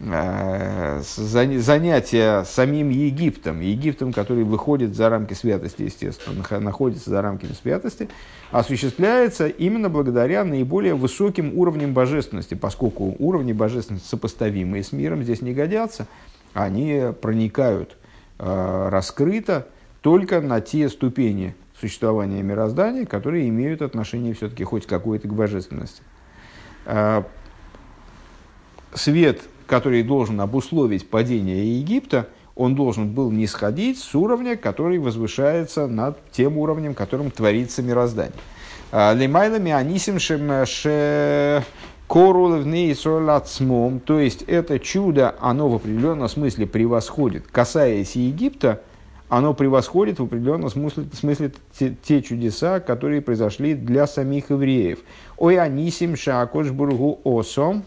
занятие самим Египтом, Египтом, который выходит за рамки святости, естественно, находится за рамками святости, осуществляется именно благодаря наиболее высоким уровням божественности, поскольку уровни божественности, сопоставимые с миром, здесь не годятся, они проникают э, раскрыто только на те ступени существования мироздания, которые имеют отношение все-таки хоть какое-то к божественности. Э, свет, который должен обусловить падение Египта, он должен был нисходить с уровня, который возвышается над тем уровнем, которым творится мироздание. Лемайлами анисим ше корулевней солацмом, то есть это чудо, оно в определенном смысле превосходит, касаясь Египта, оно превосходит в определенном смысле, смысле те, те чудеса, которые произошли для самих евреев. Ой анисим шакошбургу осом,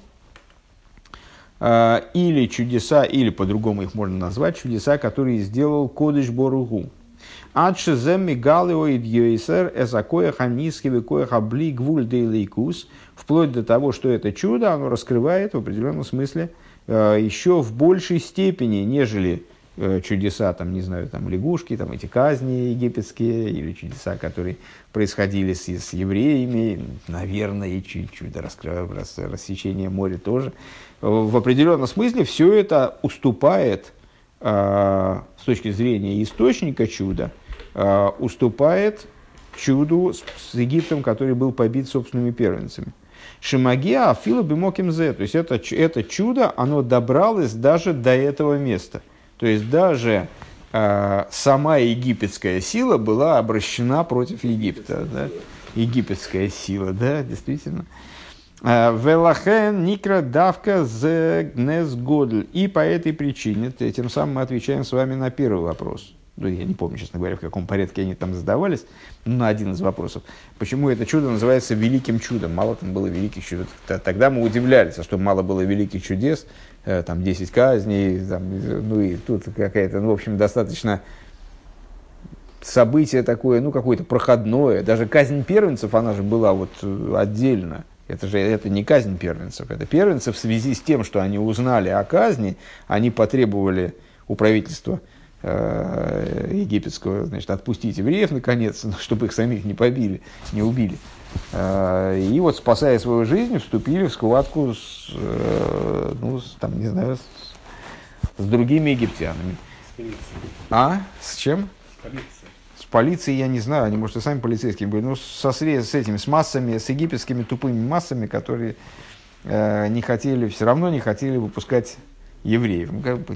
или чудеса, или по-другому их можно назвать, чудеса, которые сделал Кодыш Боругу. Адшезем мигалеоид йойсер эсакоя ханисхи векоя хабли гвуль дейлейкус, вплоть до того, что это чудо, оно раскрывает в определенном смысле еще в большей степени, нежели чудеса, там, не знаю, там, лягушки, там, эти казни египетские, или чудеса, которые происходили с, с евреями, наверное, и чудо рассечения моря тоже. В определенном смысле все это уступает, э, с точки зрения источника чуда, э, уступает чуду с, с Египтом, который был побит собственными первенцами. Шимагия афила бимоким зе, то есть это, это чудо, оно добралось даже до этого места. То есть даже э, сама египетская сила была обращена против Египта. Да? Египетская сила, да, действительно. Велахен никра давка зе гнез годль. И по этой причине, тем самым мы отвечаем с вами на первый вопрос. Ну, я не помню, честно говоря, в каком порядке они там задавались, но на один из вопросов. Почему это чудо называется великим чудом? Мало там было великих чудес. Тогда мы удивлялись, что мало было великих чудес, там десять казней, там, ну и тут какая-то, ну, в общем, достаточно событие такое, ну, какое-то проходное. Даже казнь первенцев, она же была вот отдельно. Это же это не казнь первенцев, это первенцы в связи с тем, что они узнали о казни, они потребовали у правительства э, египетского, значит, отпустить евреев наконец, чтобы их самих не побили, не убили. Э, и вот, спасая свою жизнь, вступили в схватку с, э, ну, с, там, не знаю, с, с другими египтянами. С полицией. А? С чем? С полицией. С полицией я не знаю, они, может, и сами полицейские были, но со, с этими, с массами, с египетскими тупыми массами, которые э, не хотели, все равно не хотели выпускать евреев. Ну, как бы,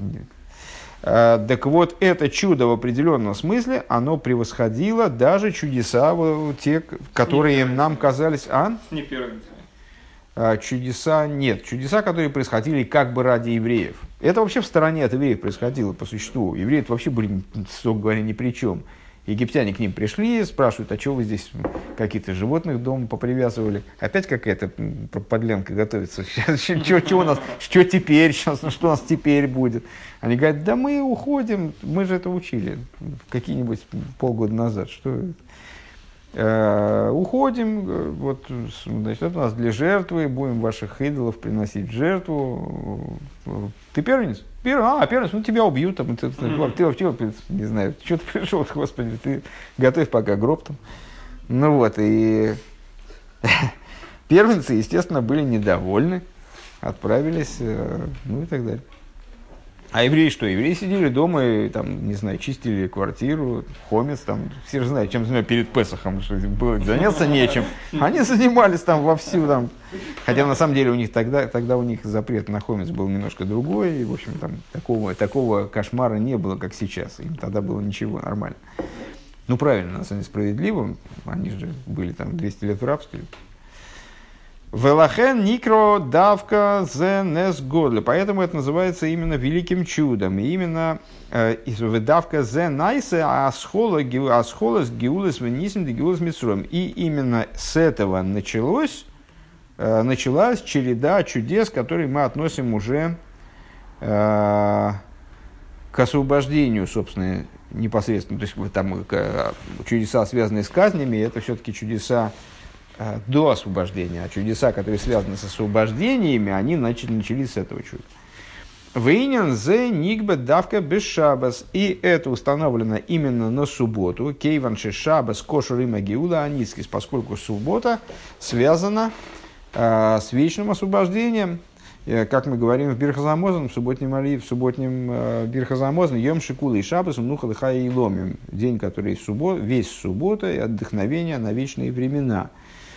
э, так вот, это чудо в определенном смысле, оно превосходило даже чудеса, вот, те, которые нам казались... А? Не первенцами. Э, чудеса нет. Чудеса, которые происходили как бы ради евреев. Это вообще в стороне от евреев происходило по существу. Евреи вообще были, строго говоря, ни при чем. Египтяне к ним пришли, спрашивают, а что вы здесь каких-то животных дома попривязывали? Опять какая-то подлянка готовится. Что у нас, что теперь, сейчас, что у нас теперь будет? Они говорят, да мы уходим, мы же это учили какие-нибудь полгода назад. Что э, уходим, вот, значит, это у нас для жертвы, будем ваших идолов приносить в жертву. Ты первенец? Первый, а, первенец, ну тебя убьют, там, ты, ты, ты вообще, не знаю, что ты пришел, Господи, ты готовь пока гроб там. Ну вот, и первенцы, естественно, были недовольны, отправились, ну и так далее. А евреи что? Евреи сидели дома и, там, не знаю, чистили квартиру, хомец, там, все же знают, чем занимаются перед Песохом, что было заняться нечем. Они занимались там вовсю, там. Хотя на самом деле у них тогда, тогда у них запрет на хомец был немножко другой, и, в общем, там такого, такого кошмара не было, как сейчас. Им тогда было ничего, нормально. Ну, правильно, на самом деле, справедливо, они же были там двести лет в рабстве. Велахен никро давка зе нес годле. Поэтому это называется именно великим чудом. И именно давка зе найсе асхола с геулес венисим де геулес митсроем. И именно с этого началось, началась череда чудес, которые мы относим уже к освобождению, собственно, непосредственно. То есть там чудеса, связанные с казнями, это все-таки чудеса до освобождения, а чудеса, которые связаны с освобождениями, они начали, начались с этого чуда. Вейнян зе нигбе давка без шабас. И это установлено именно на субботу. Кейванши шабас кошер има геула анискис, поскольку суббота связана э, с вечным освобождением. Э, как мы говорим в Бирхазамозан, в субботнем молитве, в субботнем э, Бирхазамозан, йом шикула и шабас, умнуха лыха и ломим. День, который суббот, весь суббота и отдохновение на вечные времена.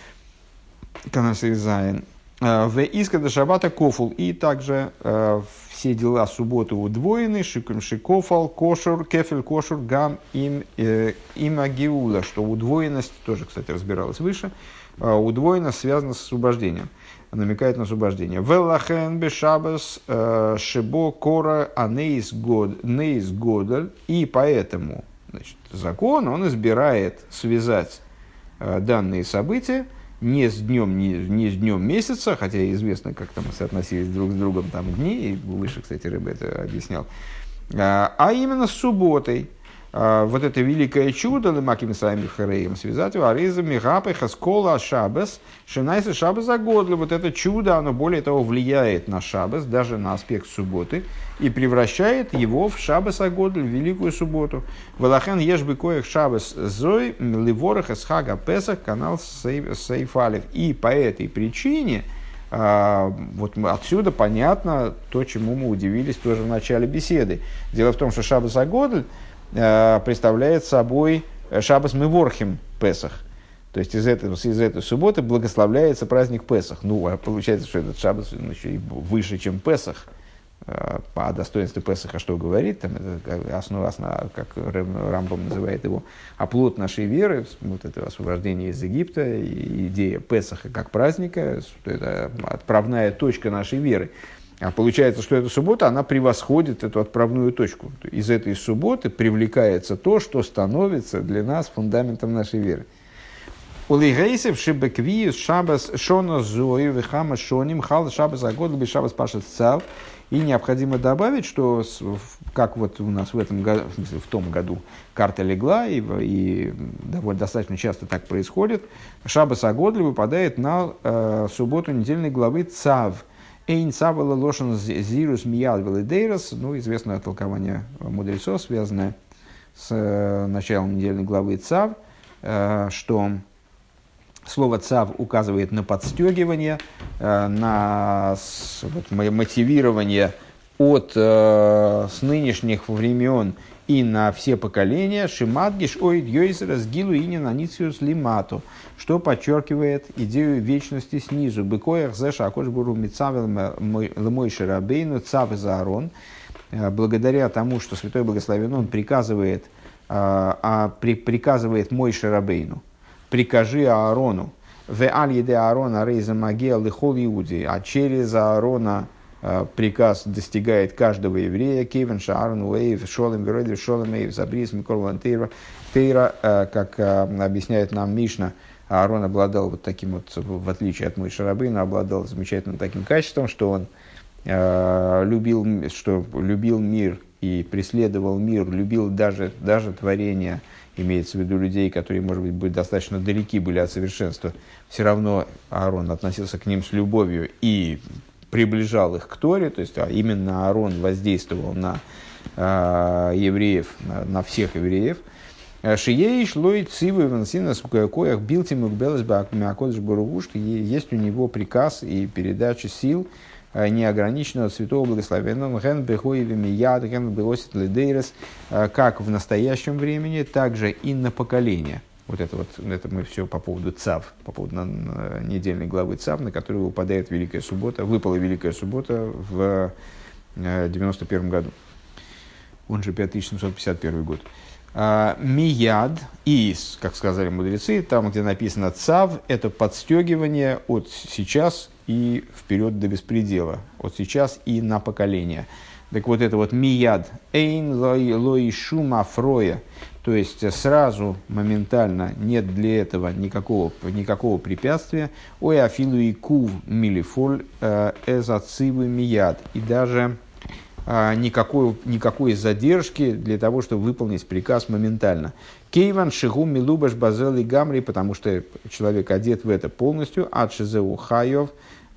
В искада шаббата кофул. И также э, все дела субботы удвоены. Шикум шикофал, кошур, кефель, кошур, гам, им, э, им агиула. Что удвоенность, тоже, кстати, разбиралась выше, э, удвоенность связана с освобождением. Намекает на освобождение. Велахен бешабас шибо кора анейс годль. И поэтому, значит, закон, он избирает связать э, данные события не с днем, не, не с днем месяца, хотя известно, как там соотносились друг с другом там дни, и выше, кстати, Рэбе это объяснял, а, а именно с субботой. А, вот это великое чудо, лемаким сами хареем, связать его, ариза мигапы хаскола шабас, шинайса шабас агодли. Вот это чудо, оно более того влияет на шабас, даже на аспект субботы, и превращает его в шабас агодль, в великую субботу. Валахен ешбы коих шабас зой, ливорах эсхага песах, канал сейфалев. И по этой причине, вот отсюда понятно то, чему мы удивились тоже в начале беседы. Дело в том, что шабас агодль представляет собой шабас меворхим Песах. То есть из, этого, из этой субботы благословляется праздник Песах. Ну, а получается, что этот шабас еще и выше, чем Песах. По достоинству Песаха что говорит, там, это основа, основа, как Рамбам называет его, оплот нашей веры, вот это освобождение из Египта, и идея Песаха как праздника, что это отправная точка нашей веры. А получается, что эта суббота, она превосходит эту отправную точку. Из этой субботы привлекается то, что становится для нас фундаментом нашей веры. Улигейсев шибеквиюс шабас шона зою вихама шоним хал шабас агодл би шабас пашет цав. И необходимо добавить, что как вот у нас в этом году, в смысле в том году карта легла, и, и довольно достаточно часто так происходит, шабас агодл выпадает на э, субботу недельной главы Цав. Эйн цавала лошен зирус миял велидейрос, ну, известное толкование мудрецов, связанное с э, началом недельной главы Цав, э, что слово «цав» указывает на подстегивание, э, на с, вот, мотивирование от э, с нынешних времен и на все поколения «шимадгиш оид йойсера сгилу инин анициус лимату», что подчеркивает идею вечности снизу. «Быкоях зэша акош буру митцавел лэмойши рабейну цав из Аарон». Благодаря тому, что Святой Благословен Он приказывает, а, при, приказывает Мойше рабейну, прикажи Аарону, «Ве аль еде Аарона рейза магея лихол иуди», а через Аарона приказ достигает каждого еврея. Кевен Шаарон Уэйв Шолем Веройдев Шолем Эйв Забрис Миколван Тейра. Как объясняет нам Мишна, Аарон обладал вот таким вот, в отличие от Моше Рабейну, обладал замечательным таким качеством, что он э, любил, что любил мир и преследовал мир, любил даже, даже творение, имеется в виду людей, которые, может быть, были достаточно далеки были от совершенства. Все равно Аарон относился к ним с любовью и приближал их к Торе, то есть а именно Аарон воздействовал на э, евреев, на, на всех евреев. Шиеиш лой цивы вансина скоях билти мукбелес бакмякодж баругу, что есть у него приказ и передача сил неограниченного святого благословенного ген бехоевими яд ген беосит ледейрес, как в настоящем времени, так же и на поколение. Вот это вот, это мы все по поводу цав, по поводу недельной главы цав, на которую выпадает Великая Суббота, выпала Великая Суббота в девяносто первом году, он же пять тысяч семьсот пятьдесят первый год. Мияд, и, как сказали мудрецы, там, где написано цав, это подстегивание от сейчас и вперед до беспредела, от сейчас и на поколение. Так вот это вот мияд, эйн лой шума фроя, то есть сразу, моментально, нет для этого никакого, никакого препятствия, ой афилу и кув милифоль эзацивы мияд, и даже Никакой, никакой задержки для того, чтобы выполнить приказ моментально. Кейван шигу милубаш базел и гамри, потому что человек одет в это полностью. Адшизеу хайов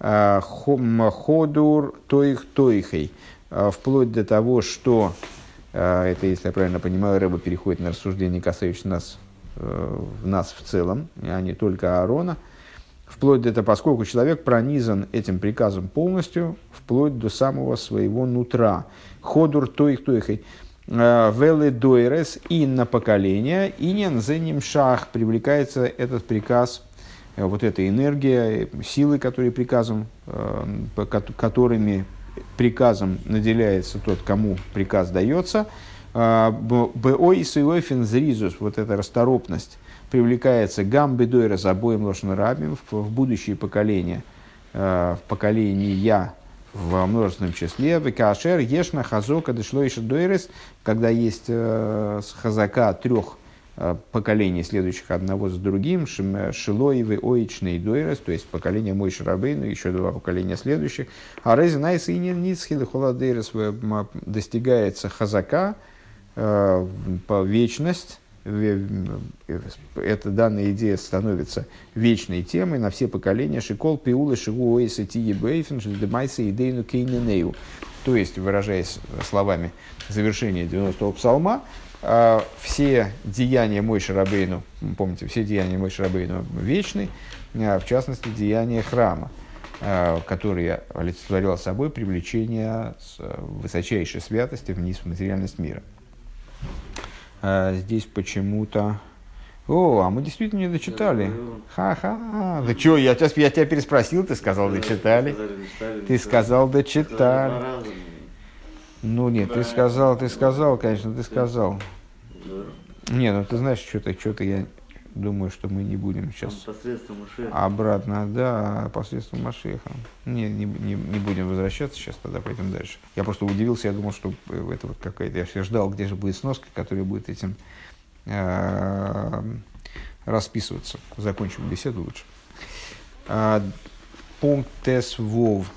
ходур тоих тоихей. Вплоть до того, что, это, если я правильно понимаю, Рэба переходит на рассуждение, касающееся нас, нас в целом, а не только Аарона. Вплоть до того, поскольку человек пронизан этим приказом полностью, вплоть до самого своего нутра. Ходур тоих тоихой. Велы дойрес и на поколение. Иньян за ним шах. Привлекается этот приказ, вот эта энергия, силы, которые приказом, которыми приказом наделяется тот, кому приказ дается. Бой сойфен зризус. Вот эта расторопность привлекается гамбы дойрес обоим лошнарабим в будущие поколения, в поколения в множественном числе. Векашер ешна хазока дешлойша дойрес, когда есть хазака трех поколений, следующих одного за другим, шилоевы оичный дойрес, то есть поколение Моше Рабейну, еще два поколения следующих. А рези найс и ницхил холадейрес достигается хазака, вечность. Эта данная идея становится вечной темой на все поколения. Шикол пиулы шигу ойса тиги бейфен ждемайса идейну кейненею. То есть, выражаясь словами завершения девяностого псалма, все деяния Моше Рабейну, помните, все деяния Моше Рабейну вечны, в частности, деяния храма, который олицетворял собой привлечение высочайшей святости вниз в материальность мира. А, здесь почему-то... О, а мы действительно не дочитали. Ха-ха. Да что, я тебя, я тебя переспросил, ты сказал, дочитали. Ты сказал, дочитали. Ну нет, ты сказал, ты сказал, конечно, ты сказал. Не, ну ты знаешь, что-то, что-то я думаю, что мы не будем сейчас... Посредством Машеха. Обратно, да, посредством Машеха. Не, не, не, не будем возвращаться сейчас, тогда пойдем дальше. Я просто удивился, я думал, что это вот какая-то... Я все ждал, где же будет сноска, которая будет этим э, расписываться. Закончим беседу лучше. А, пункт тес вов.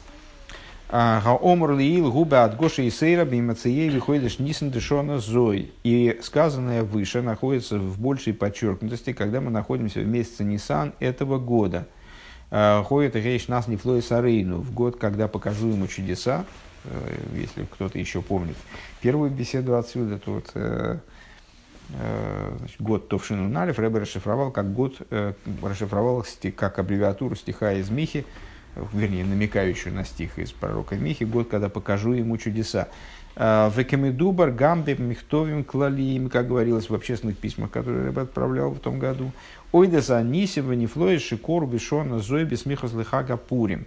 Гаомр лиил губа от Гоши и Сейра бимацией выходишь нисен дешона зой. И сказанное выше находится в большей подчеркнутости, когда мы находимся в месяце Нисан этого года. Ходит речь нас не флой сарейну, в год, когда покажу ему чудеса, если кто-то еще помнит первую беседу отсюда, то вот, значит, год Товшину Налев Рэбе расшифровал как год, расшифровал как аббревиатуру стиха из Михи, вернее, намекающую на стих из пророка Михи, год, когда покажу ему чудеса. Векамедубар гамбе михтовим клалиим, как говорилось в общественных письмах, которые Рэбе отправлял в том году. Ойдеса нисева нефлои шикор бешона зой бесмихос лихага пурим.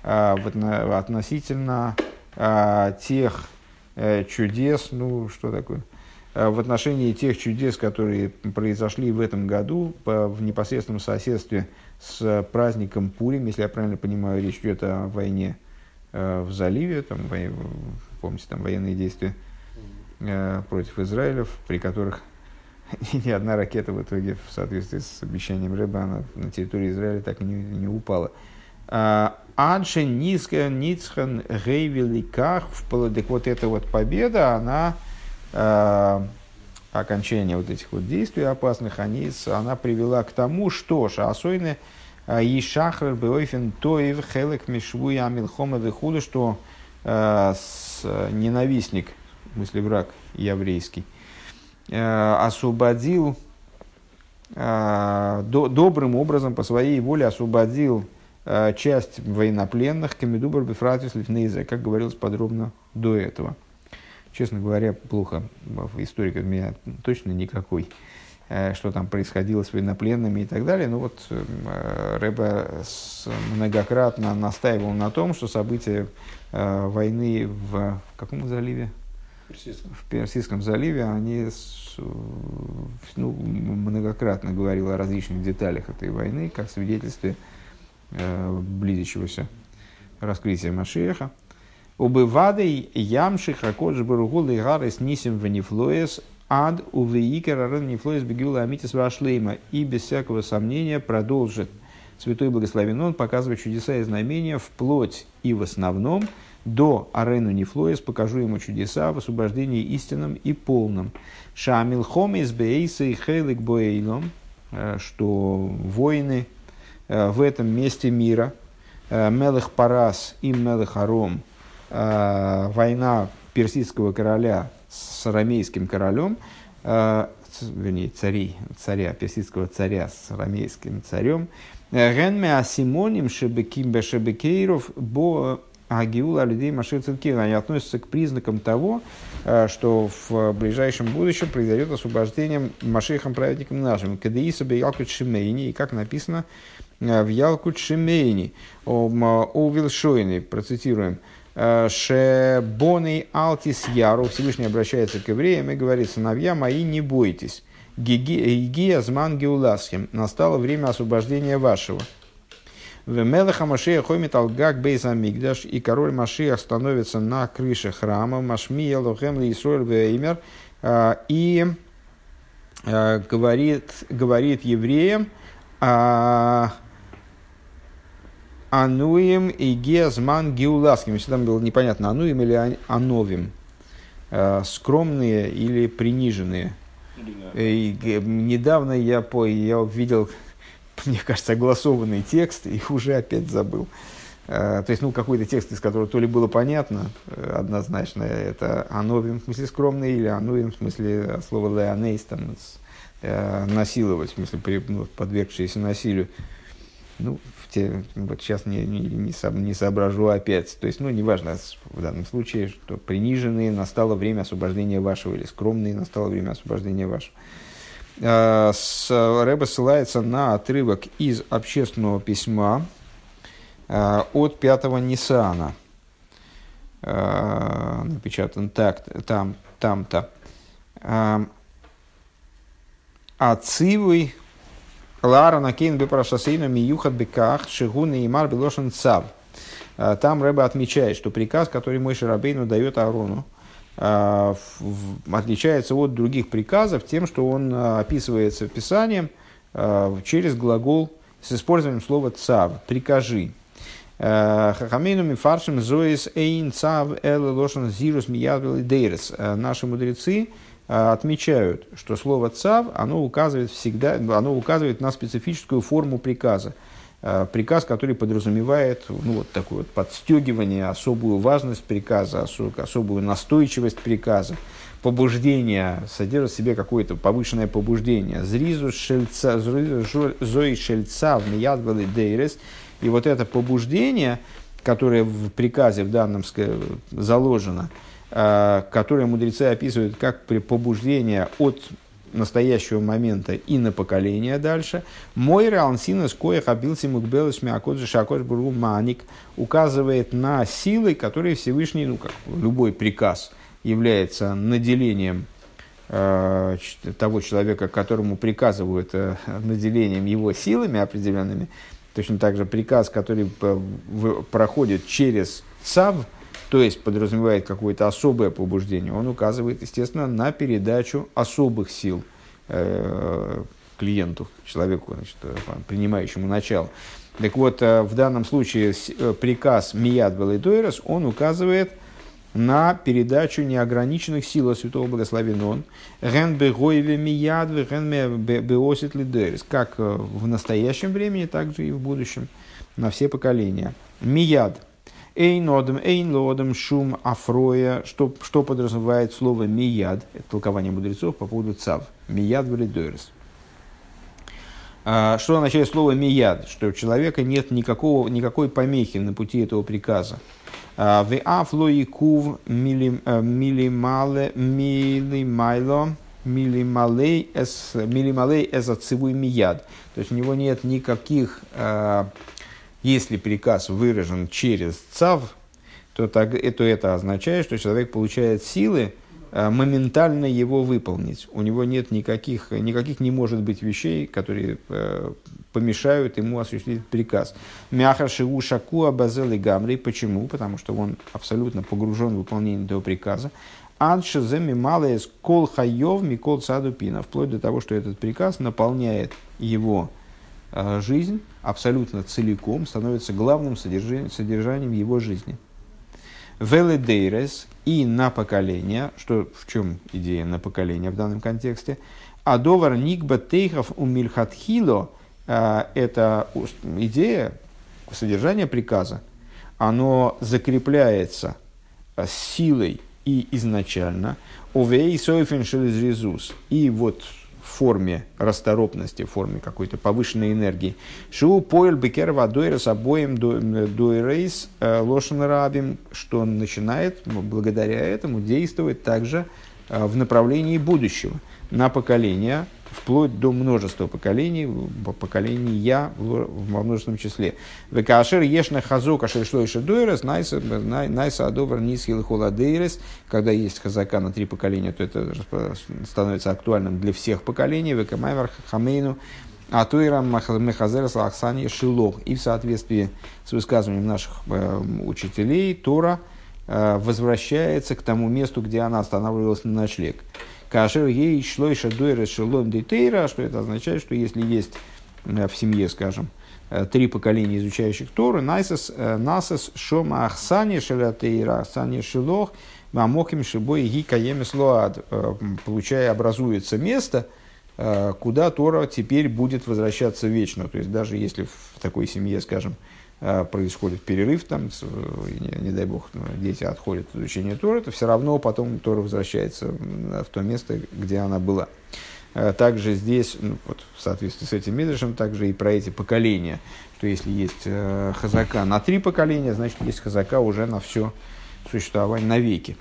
Относительно тех чудес, ну, что такое? В отношении тех чудес, которые произошли в этом году в непосредственном соседстве с праздником Пурим, если я правильно понимаю, речь идет о войне э, в заливе, там, во, помните, там военные действия э, против Израиля, при которых ни одна ракета в итоге, в соответствии с обещанием Рэба, она на территории Израиля так и не, не упала. Адше низко ницхан гейвеликах, так вот эта вот победа, она, э, окончание вот этих вот действий опасных, они, она привела к тому, что шаасойны ешахрар беойфен тоев хелек мишвуя амилхома вихуду, что э, с, ненавистник, в смысле враг еврейский, э, освободил, э, до, добрым образом по своей воле освободил часть военнопленных, камедубар бифратис лифнейзе, как говорилось подробно до этого. Честно говоря, плохо, историк у меня точно никакой, что там происходило с военнопленными и так далее. Но вот Рэбе многократно настаивал на том, что события войны в, в каком заливе? Персидском. В Персидском заливе, они ну, многократно говорил о различных деталях этой войны, как свидетельстве близящегося раскрытия Машиаха. Убывадей ямших акодж баругул и гарес нисим ванифлоес ад увеикер арен нифлоес бегюла амитис вашлейма. И без всякого сомнения продолжит Святой Благословен Он показывать чудеса и знамения вплоть и в основном до арену нифлоес, покажу ему чудеса в освобождении истинном и полном. Шамилхом из бейса и хейлик боэйлом, что воины в этом месте мира, Мелех Парас и Мелех Аром, война персидского короля с арамейским королем, вернее, царей, царя, персидского царя с арамейским царем, Генме Асимоним Шебекимбе Шебекейров Бо Агиула людей Машир Цинкир, они относятся к признакам того, что в ближайшем будущем произойдет освобождение Машихом праведником нашим. Кадеиса Беялкут Шимейни, и как написано в Ялкут Шимейни, о Вилшойне, процитируем, Шебоный Алтис Яру, Всевышний обращается к евреям и говорит: сыновья мои, не бойтесь, Гигия Зман Геуласхим, настало время освобождения вашего. В Мелеха Машиах хомит алгак бейс амигдаш, и король Машиах становится на крыше храма, Машмия лохем ли Исроэль веймер, и говорит, говорит евреям: Ануим и Гезман Геуласким. Если там было непонятно, Ануим или Ановим, скромные или приниженные. И недавно я, по, я увидел, мне кажется, согласованный текст и уже опять забыл. То есть, ну, какой-то текст, из которого то ли было понятно, однозначно, это Ановим, в смысле скромный, или Ануим, в смысле слова леонейс, там, насиловать, в смысле при, ну, подвергшиеся насилию. Ну, в те, вот сейчас не, не, не, со, не соображу опять. То есть, ну, неважно в данном случае, что приниженные, настало время освобождения вашего, или скромные, настало время освобождения вашего. Рэбе ссылается на отрывок из общественного письма от пятого Ниссана. Напечатан так, там, там-то. Ацивый Лара Кейн Бепрашасейну Миюхат Беках Шигун и Имар Белошен Цав. Там Рэбе отмечает, что приказ, который Моше Рабейну дает Аарону, отличается от других приказов тем, что он описывается Писанием через глагол с использованием слова «цав» – «прикажи». Хахамейну мифаршим зоис эйн цав эл лошен зирус мияд дейрес. Наши мудрецы отмечают, что слово «цав» оно указывает, всегда, оно указывает на специфическую форму приказа. Приказ, который подразумевает ну, вот такое вот подстегивание, особую важность приказа, особую настойчивость приказа, побуждение, содержит в себе какое-то повышенное побуждение. Зризу шельца, зои шельца в миядвали дейрес. И вот это побуждение, которое в приказе в данном заложено, которое мудрецы описывают как побуждение от настоящего момента и на поколение дальше, мой реалансина скоя хабилси мукбелыш миакоджи шакош буру маник указывает на силы, которые Всевышний, ну как любой приказ, является наделением э, того человека, которому приказывают э, наделением его силами определенными. Точно так же приказ, который проходит через цав, то есть подразумевает какое-то особое побуждение, он указывает, естественно, на передачу особых сил э, клиенту, человеку, значит, принимающему начало. Так вот, в данном случае приказ «Мияд велейдойрос», он указывает на передачу неограниченных сил от Святого Благословен Он, «Ген бегойве мияд, ген беосит лидойрос», как в настоящем времени, так же и в будущем, на все поколения. «Мияд». «Эйн одем, эйн лодем, шум афроя», что, что подразумевает слово «мияд», это толкование мудрецов по поводу цав, «Мияд велейдойрос». Что означает слово «мияд», что у человека нет никакого, никакой помехи на пути этого приказа. «Веафлоикув милимале милимайло милималей эзацивуй мияд». То есть у него нет никаких, если приказ выражен через цав, то, так, то это означает, что человек получает силы моментально его выполнить. У него нет никаких, никаких не может быть вещей, которые э, помешают ему осуществить приказ. Мяха шиу шаку абазел и гамри. Почему? Потому что он абсолютно погружен в выполнение этого приказа. Аншеземи малес кол хайов микол цадупина. Вплоть до того, что этот приказ наполняет его э, жизнь абсолютно целиком, становится главным содержанием, содержанием его жизни. Веледейрес и на поколение, что в чем идея на поколение в данном контексте, адовар никба тейхов умильхатхило, это идея, содержание приказа, оно закрепляется силой и изначально, овей сойфен шелезрезус, и вот в форме расторопности, в форме какой-то повышенной энергии. Шу поэль бекерва дойрес обоим дойрейс лошен рабим, что он начинает благодаря этому действовать также в направлении будущего, на поколения, вплоть до множества поколений, поколения во множественном числе. Векашер ешна хазока шешлойша дойрес найса адовар нисхил холадейрес. Когда есть хазака на три поколения, то это становится актуальным для всех поколений. Векамайвар хамейну атуирам мехазерес лахсани шилох. И в соответствии с высказыванием наших учителей, Тора возвращается к тому месту, где она останавливалась на ночлег. Кашер ей шло и шадуэра шелом детейра, что это означает, что если есть в семье, скажем, три поколения изучающих Торы, насас насас шома ахсани шелятейра ахсани шелох мамохим шибой ги каемес лоад, получая образуется место, куда Тора теперь будет возвращаться вечно. То есть даже если в такой семье, скажем, происходит перерыв, там, не, не дай бог, дети отходят от изучения Торы, то все равно потом Тора возвращается в то место, где она была. Также здесь, ну, вот, в соответствии с этим мидрашем, также и про эти поколения, что если есть э, хазака на три поколения, значит, есть хазака уже на все существование навеки.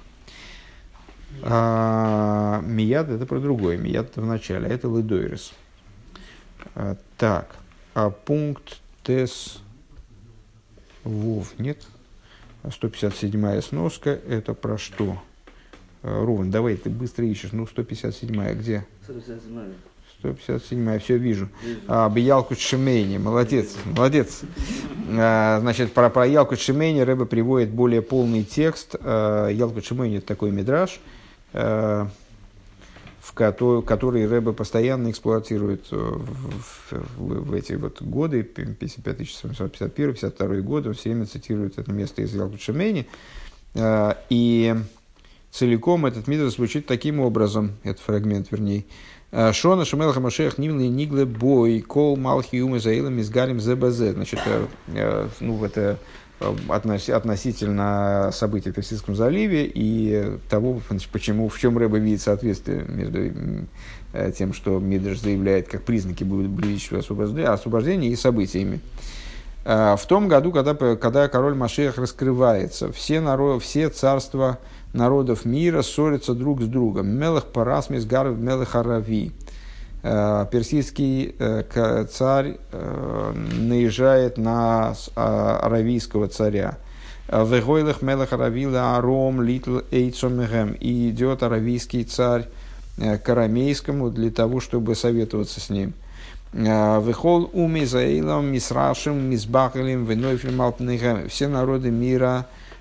А, мияд — это про другое, мияд — это в начале, а это лидойрес. А, так, а пункт тес... Вов, нет. сто пятьдесят седьмая сноска, это про что? Рован, давай, ты быстро ищешь. Ну, сто пятьдесят седьмая, где? сто пятьдесят седьмая. сто пятьдесят седьмая, все вижу. А, Ялкут Шимейни, молодец, молодец. А, значит, про, про Ялкут Шимейни Ребе приводит более полный текст. А, Ялкут Шимейни — это такой мидраш, а, в который, который Ребе постоянно эксплуатирует в, в, в, в эти вот годы, пятьдесят пятый, семьсот пятьдесят первый, пятьдесят второй год, он все время цитирует это место из Ялкут Шимейни. А, и целиком этот мидраш звучит таким образом, этот фрагмент, вернее. Шона Шамел Хамашех Нимли Нигле Бой Кол Малхи Умы Заилам Изгарим ЗБЗ. Значит, ну, это относительно событий в Персидском заливе и того, почему, в чем Ребе видит соответствие между тем, что Мидраш заявляет, как признаки будут близкого освобождения, и событиями. В том году, когда, когда король Машиах раскрывается, все, народ, все царства народов мира ссорятся друг с другом. Мелех Парас Мизгар Мелех Арави. Персидский царь наезжает на аравийского царя. Вегойлех Мелех Арави Лааром Литл Эйцомегем. И идет аравийский царь к арамейскому для того, чтобы советоваться с ним. Вехол уми заилам мисрашим мисбахалим венойфим алпнегем. Все народы мира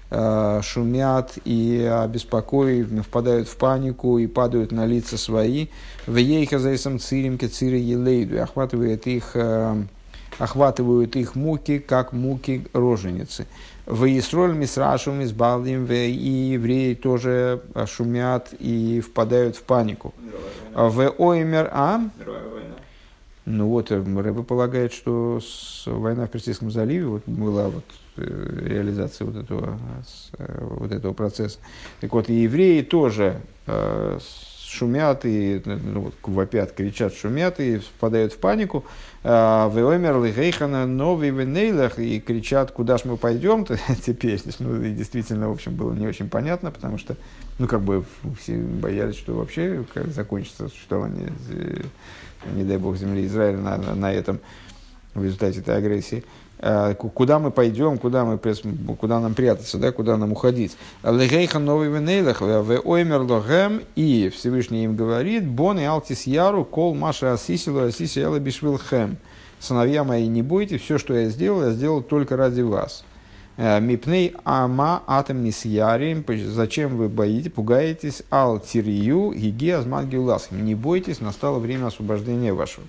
э, шумят и обеспокоены, впадают в панику и падают на лица свои. В ейха заисам цирим кециры елейду, охватывает их, э, охватывают их муки, как муки роженицы. В Исроль мисрашум избалдим, и евреи тоже шумят и впадают в панику. В Оймер А. Ну вот, Рэбе полагает, что с, война в Персидском заливе вот, была вот, э, реализация вот этого, с, э, вот этого процесса. Так вот, и евреи тоже э, шумят, и, ну, вот, вопят, кричат, шумят и впадают в панику. «Веомер лихейхана новый венейлах» и кричат, куда ж мы пойдем-то теперь. Ну, и действительно, в общем, было не очень понятно, потому что, ну, как бы все боялись, что вообще как закончится существование, не дай бог, земли Израиля на, на, на этом, в результате этой агрессии. Куда мы пойдем, куда, мы, куда нам прятаться, да, куда нам уходить. Легейхан новый венейлах, в оймер логем, и Всевышний им говорит, бон и алтис яру, кол маша асисилу асиси эла бишвилхем. Сыновья мои, не бойтесь, все, что я сделал, я сделал только ради вас. Мипней ама атом нисьярим, зачем вы боитесь, пугаетесь, ал тирию гиги азман геуласхим. Не бойтесь, настало время освобождения вашего.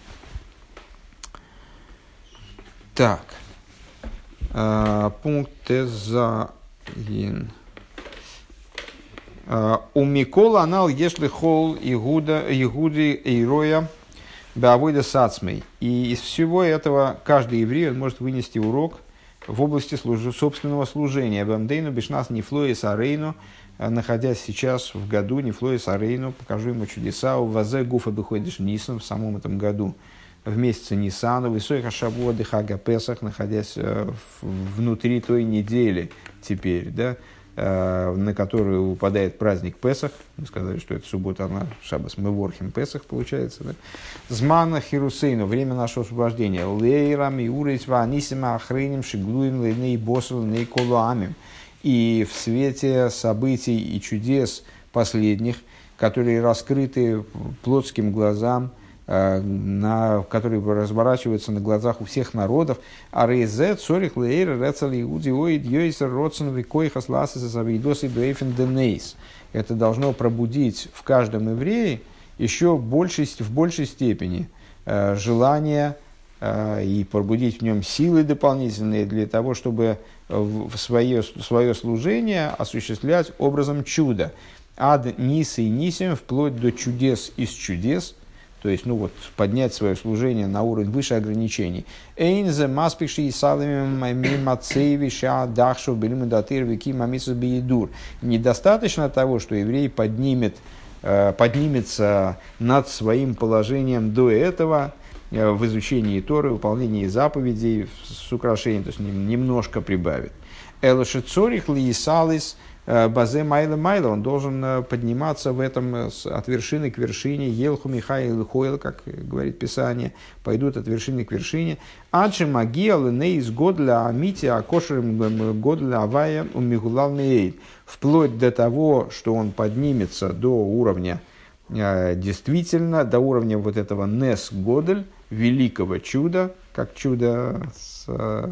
Так, а, пункт Тезаин. У Микола анал ешли хол Игуда, Игуди Ироя Беавойда Сацмей. И из всего этого каждый еврей может вынести урок в области служи, собственного служения. Бамдейну бешнас нефлоис арейну, находясь сейчас в году нефлоис арейну, покажу ему чудеса. У вазе гуфа беходиш нисом в самом этом году. В месяце Нисана, высоких Шавуа Дехага Песах, находясь э, в, внутри той недели теперь, да, э, на которую выпадает праздник Песах. Мы сказали, что это суббота, она Шаббас Меворхим Песах получается. Да? Змана Хирусейну, время нашего освобождения. Лейрам и Урейсва Анисима Ахрейним Шиглуем Лейней Босл Лейней Колуамим. И в свете событий и чудес последних, которые раскрыты плотским глазам, на, которые разворачиваются на глазах у всех народов. А рейзе цорих лейр рецали иуди оид йойсер родсен викойхас ласес авидосы бейфен денейс. Это должно пробудить в каждом еврее еще большей, в большей степени э, желание э, и пробудить в нем силы дополнительные для того, чтобы в свое, свое служение осуществлять образом чуда. Ад ниса и нисим, вплоть до чудес из чудес. То есть, ну вот, поднять свое служение на уровень выше ограничений. Эйнзе маспиши и салами мимацевиша дахшу белимадатыр вики мамисус биедур. Недостаточно того, что еврей поднимет, поднимется над своим положением до этого в изучении Торы, выполнении заповедей с украшением, то есть немножко прибавит. Элошицорих лиисалис базе майла майла, он должен подниматься в этом от вершины к вершине. Елху Михаил Хойл, как говорит Писание, пойдут от вершины к вершине. Адши магия ленейс годля амити акошерим годля авая умигулал нейд. Вплоть до того, что он поднимется до уровня, действительно, до уровня вот этого нес годль, великого чуда, как чудо с,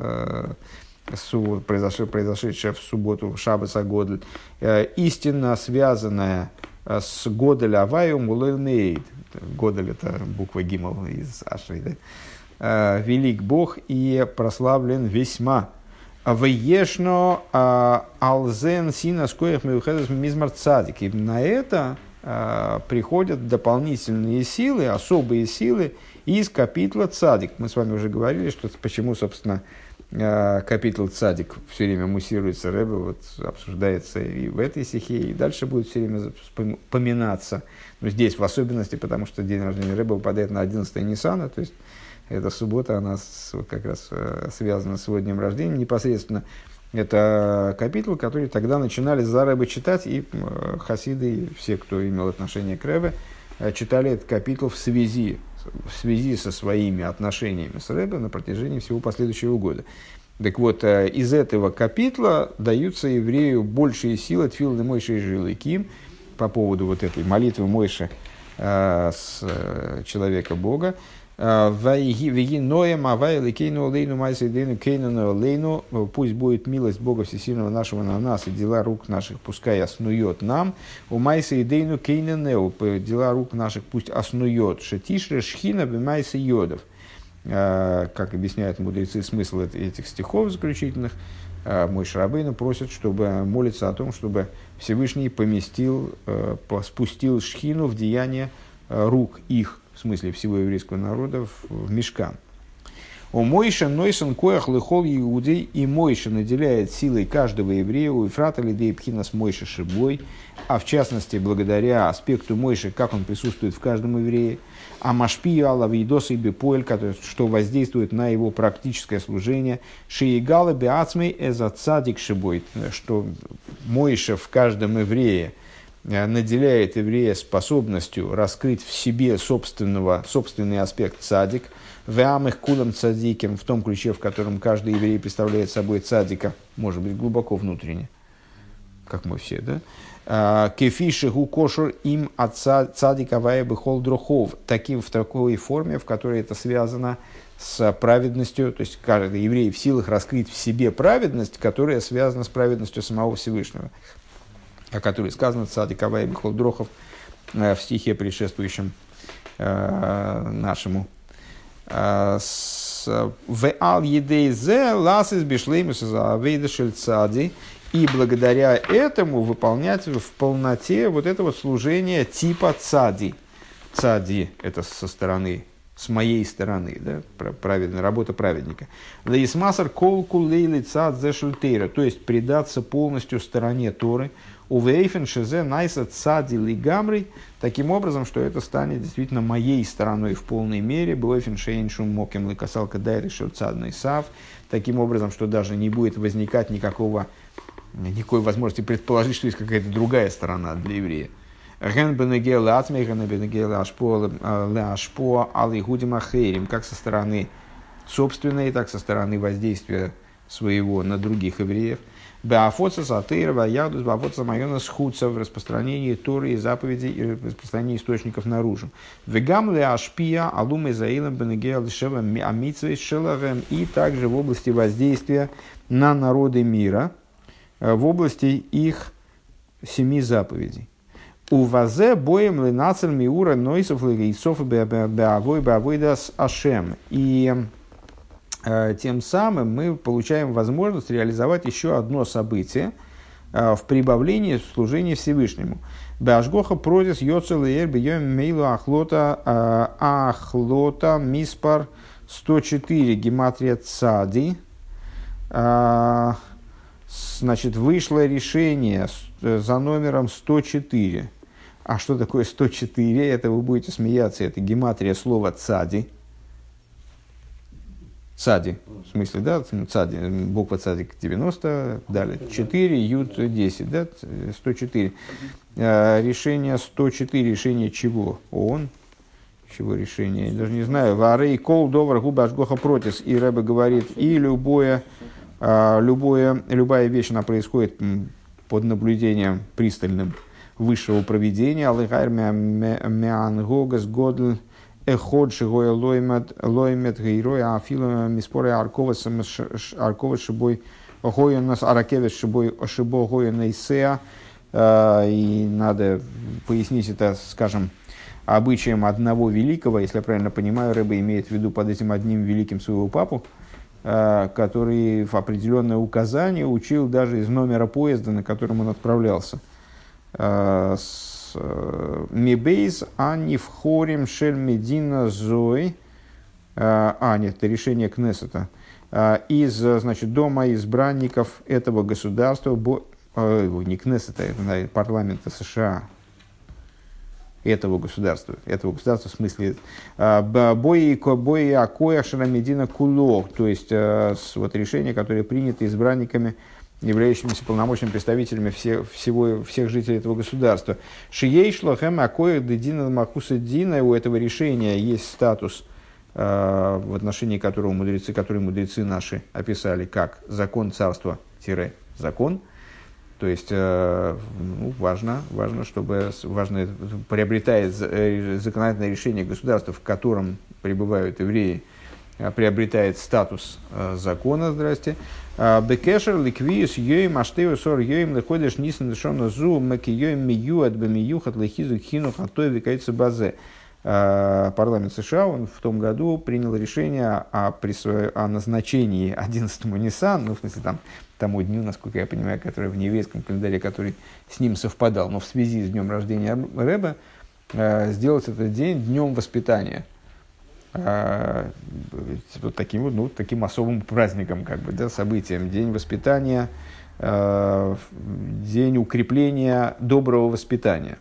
произошедшее в субботу, в Шаббас Агодль, истинно связанная с Годель Авайум Улэлнейд. Годель — это буква Гимл из Ашри, да? Велик Бог и прославлен весьма. Веешно алзен сина скоях меухедес мизмар цадик. И на это приходят дополнительные силы, особые силы из капитла цадик. Мы с вами уже говорили, что почему, собственно, капитул цадик все время муссируется, Ребе вот обсуждается и в этой сихе, и дальше будет все время поминаться. Но здесь в особенности, потому что день рождения Ребе выпадает на одиннадцатое Ниссана, то есть эта суббота, она с, вот как раз связана с его днем рождения непосредственно. Это капитул, который тогда начинали за Ребе читать, и хасиды, и все, кто имел отношение к Ребе, читали этот капитул в связи в связи со своими отношениями с Ребе на протяжении всего последующего года. Так вот, из этого капитла даются еврею большие силы тфилы Мойши и Жилы Ким по поводу вот этой молитвы Мойши э, с э, человека Бога. Пусть будет милость Бога Всесильного нашего на нас, и дела рук наших пускай оснует нам. У майса идейну кейненеу, дела рук наших пусть оснует. Шетишре шхина бемайса йодов. Как объясняют мудрецы смысл этих стихов заключительных, Мойше Рабейну просит, чтобы молиться о том, чтобы Всевышний поместил, спустил шхину в деяние рук их, в смысле всего еврейского народа, в мишкан. О Мойше нойсон коях лыхол иудей, и Мойше наделяет силой каждого еврея, у Ефрата лидей пхинас Мойше шибой, а в частности благодаря аспекту Мойше, как он присутствует в каждом еврее, а машпию алла вейдоса и бепоэль, что воздействует на его практическое служение, шиегала беацмей эза цадик шибой, что Мойше в каждом еврее наделяет еврея способностью раскрыть в себе собственного, собственный аспект цадик, веамых кулам цадиким, в том ключе, в котором каждый еврей представляет собой цадика, может быть, глубоко внутренне, как мы все, да? Кефиши гу кошер им от цадика ваебы холдрухов, таким в такой форме, в которой это связано с праведностью, то есть каждый еврей в силах раскрыть в себе праведность, которая связана с праведностью самого Всевышнего, о которой сказано «Цадик авай бихол дрохов» в стихе, предшествующем э, нашему. «Веал едей зе ласис бишлеймус авейдашель цади». И благодаря этому выполнять в полноте вот это вот служение типа цади. Цади – это со стороны, с моей стороны, да, праведная работа праведника. «Лейсмасар колку лейли цад зе шультейра», то есть предаться полностью стороне Торы. Увейфен шезе найса цади лигамри, таким образом, что это станет действительно моей стороной в полной мере. Бойфен шейн шум мокем ликасалка дай решил цадный сав, таким образом, что даже не будет возникать никакого, никакой возможности предположить, что есть какая-то другая сторона для еврея. Ген бенегел ацмей, ген бенегел ашпо алигудим ахейрим, как со стороны собственной, так со стороны воздействия своего на других евреев. Беафоца сатырова ядус беафоца майона схудца в распространении Торы и заповедей и распространении источников наружу. Вегамле ашпия алумы заилам бенегел шева амитсвей шелавем, и также в области воздействия на народы мира, в области их семи заповедей. У вазе боем ленацель миура нойсов легейсов беавой беавойдас ашем. И тем самым мы получаем возможность реализовать еще одно событие в прибавлении в служении Всевышнему. Башгоха протис йоцел и эрбием мейлу ахлота ахлота миспар сто четыре гематрия цади. Значит, вышло решение за номером сто четыре. А что такое сто четыре? Это вы будете смеяться. Это гематрия слова цади. Цади, в смысле, да, цади, буква цадик девяносто, далее четыре, ют десять, да, сто четыре. Решение сто четыре, решение чего? ООН? Чего решение? Я даже не знаю. Варей кол довар губа ашгоха протис. И Рэбе говорит, и любое, любое, любая вещь, она происходит под наблюдением пристальным высшего провидения. Аллахайр меангогас годль. Эход шигоя лоймет лоймет гейроя афила миспоря арковас арковас шибой гоя нас аракевес шибой шибо гоя нейсеа. И надо пояснить это, скажем, обычаем одного великого, если я правильно понимаю, Рэбе имеет в виду под этим одним великим своего папу, который в определенное указание учил даже из номера поезда, на котором он отправлялся. Мибейз анифхорим шель медина зой. А, нет, это решение Кнессета. Из, значит, дома избранников этого государства, бо, не Кнессета, это, наверное, парламента США, этого государства, этого государства в смысле бои бои акоя шерамедина куло, то есть вот решение, которое принято избранниками, являющимися полномочными представителями всех, всего, всех жителей этого государства. Шией шлохэм акоях дедина макуса дина, у этого решения есть статус, э, в отношении которого мудрецы, который мудрецы наши описали как закон царства-закон. То есть э, ну, важно, важно, чтобы важно, приобретает законодательное решение государства, в котором пребывают евреи, приобретает статус э, закона, здрасте. Бекешер ликвиус йоим аштею сор йоим леходиш нисан лишона зу маки йоим миюат бемиюхат лехизу хину хатой викайца базе. Парламент США он в том году принял решение о, присво... о назначении одиннадцатому Нисан, ну, в смысле, там, тому дню, насколько я понимаю, который в еврейском календаре, который с ним совпадал, но в связи с днем рождения Ребе, сделать этот день днем воспитания. Вот таким, вот, ну, таким особым праздником, как бы, да, событием. День воспитания, день укрепления доброго воспитания.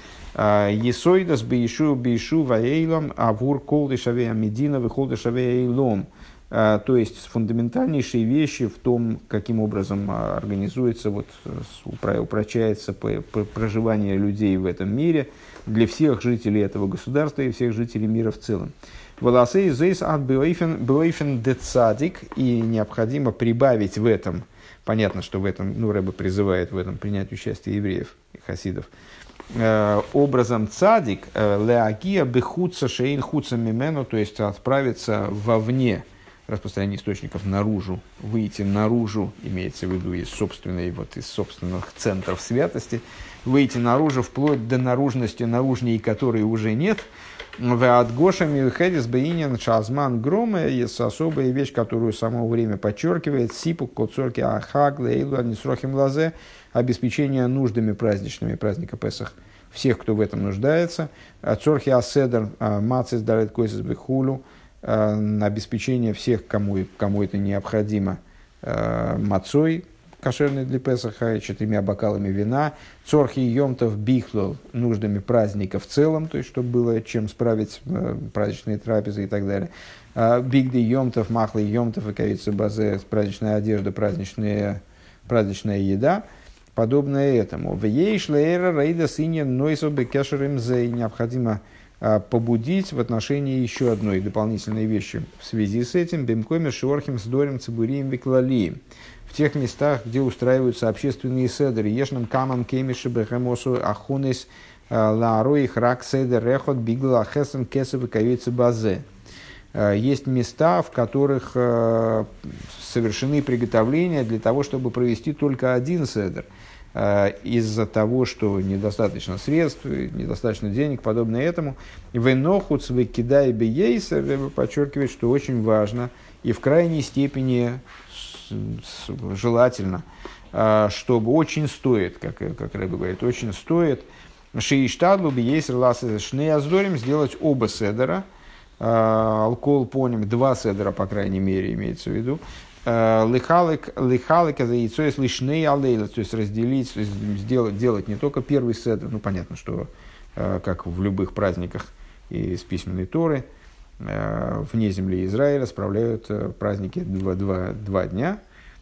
Есойдас бейшу бейшу ваэйлом авур колдышавея медина выхолдышавея эйлом. То есть фундаментальнейшие вещи в том, каким образом организуется, вот, упрочается проживание людей в этом мире для всех жителей этого государства и всех жителей мира в целом. Волосей зейс от бейфен децадик, и необходимо прибавить в этом, понятно, что в этом, ну, Ребе призывает в этом принять участие евреев и хасидов, образом цадик леагия бехутса шейн хутса мимену, то есть отправиться вовне, распространение источников наружу, выйти наружу, имеется в виду из собственной, вот, из собственных центров святости, выйти наружу вплоть до наружности, наружней которой уже нет. В отгошами хедис бейнин шазман грома есть особая вещь, которую само время подчеркивает: сипук коцорки ахаг лейлу нисрохим лазе, обеспечение нуждами праздничными праздника Песах всех, кто в этом нуждается. Цорхи аседер мацис дарет койсис бехулю, обеспечение всех, кому, кому это необходимо, мацой, кошерный для Песаха, четырьмя бокалами вина. Цорхи йомтов бихлол, нуждами праздника в целом, то есть, чтобы было чем справить праздничные трапезы и так далее. Бигды йомтов, махлы йомтов, и кавица базе, праздничная одежда, праздничная, праздничная еда, подобное этому. В ей шлейра рейда синя нойсо бекешерим зей, необходимо побудить в отношении еще одной дополнительной вещи в связи с этим: бемкомер шорхим сдорим цибурием виклалием, в тех местах, где устраиваются общественные седры, ешным камам кемиши бехемосу ахунис лаарой храк седер рехот бигла хесен кесов и кавицы базе. Есть места, в которых совершены приготовления для того, чтобы провести только один седр. Из-за того, что недостаточно средств, недостаточно денег, подобное этому. Венохуц выкидай бейсер подчеркивает, что очень важно и в крайней степени желательно, чтобы очень стоит, как, как Ребе говорит, очень стоит шииштадлу бейсер ласэ шнеяздорим сделать оба седера. Алкоголь поним, два седера, по крайней мере, имеется в виду. Лихалик, лихалик, за яйцо, если шней алейла, то есть разделить, то есть сделать, делать не только первый седер, ну понятно, что как в любых праздниках из письменной Торы, вне земли Израиля справляют праздники два, два, два дня.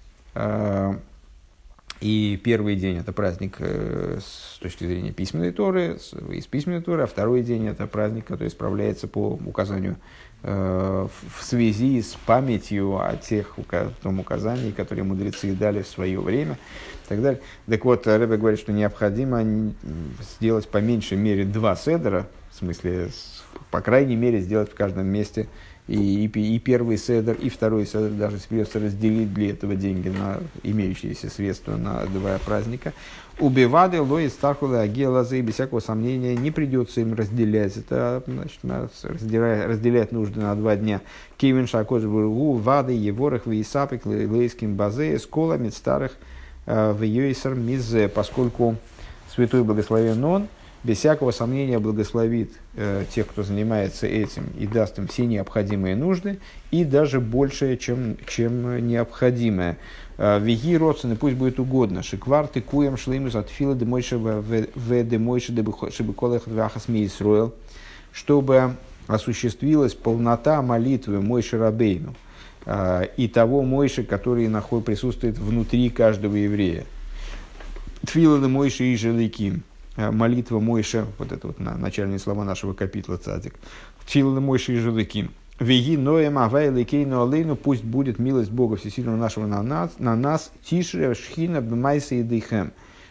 И первый день это праздник с точки зрения письменной Торы, из письменной Торы, а второй день это праздник, который справляется по указанию в связи с памятью о тех о том указании, которые мудрецы дали в свое время, и так далее. Так вот, Ребе говорит, что необходимо сделать по меньшей мере два седера, в смысле, по крайней мере, сделать в каждом месте и, и, и первый седер, и второй седер, даже если придется разделить для этого деньги на имеющиеся средства на два праздника. Убивады лои стархулы агелазы, без всякого сомнения, не придется им разделять. Это, значит, разделять, разделять нужно на два дня. Кивин шакош бургу, вады, еворах, вейсапик, лейским базе, сколами старых в йойсер мизе, поскольку святой благословен он, без всякого сомнения благословит э, тех, кто занимается этим, и даст им все необходимые нужды, и даже большее, чем, чем необходимое. Веги родственны, пусть будет угодно. Шикварты куем шлеймус от фила де мойши в де мойши де шибиколех вахас мейсроэл, чтобы осуществилась полнота молитвы Мойши Рабейну э, и того Мойши, который наход, присутствует внутри каждого еврея. Тфила де мойши и желиким. Молитва Мойша, вот это вот на, начальные слова нашего капитла Цадик. Тфила Мойша и Желыким. Веги ноем авай лекейну алейну, пусть будет милость Бога Всесильного нашего на нас, на нас тише шхина бмайса и дыхэм,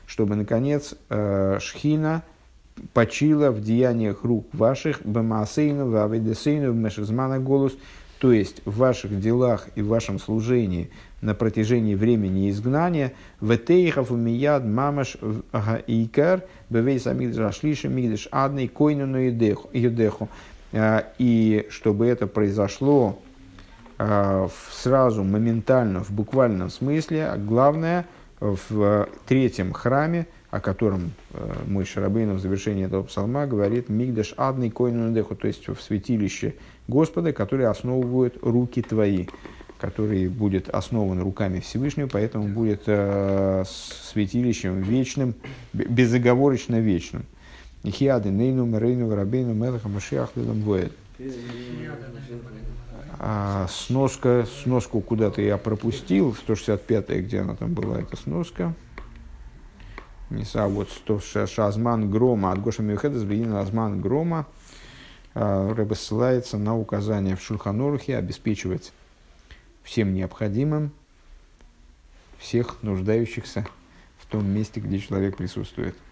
чтобы, наконец, э, шхина почила в деяниях рук ваших, бамаасейну, вавидесейну, мешезмана голос, то есть в ваших делах и в вашем служении на протяжении времени изгнания, ветейхов умияд мамаш гаикар, бевейс амигдаш ашлиша мигдаш адный койнуну юдеху. И чтобы это произошло сразу, моментально, в буквальном смысле, а главное, в третьем храме, о котором Мойше Рабейну в завершении этого псалма говорит «Мигдаш адный койну недеху», то есть в святилище Господа, которые основывают руки твои, который будет основан руками Всевышнего, поэтому будет э, святилищем вечным, безоговорочно вечным. Хиады нейну мерейну рабейну мелаха машиах лидам воет. Сноска, сноску куда-то я пропустил, сто шестьдесят пятая, где она там была, эта сноска. Неса вот сто шазман грома, от Гоша Мюхедес, Бегин Азман грома. Рэбе ссылается на указание в Шульхан Орухе обеспечивать всем необходимым всех нуждающихся в том месте, где человек присутствует.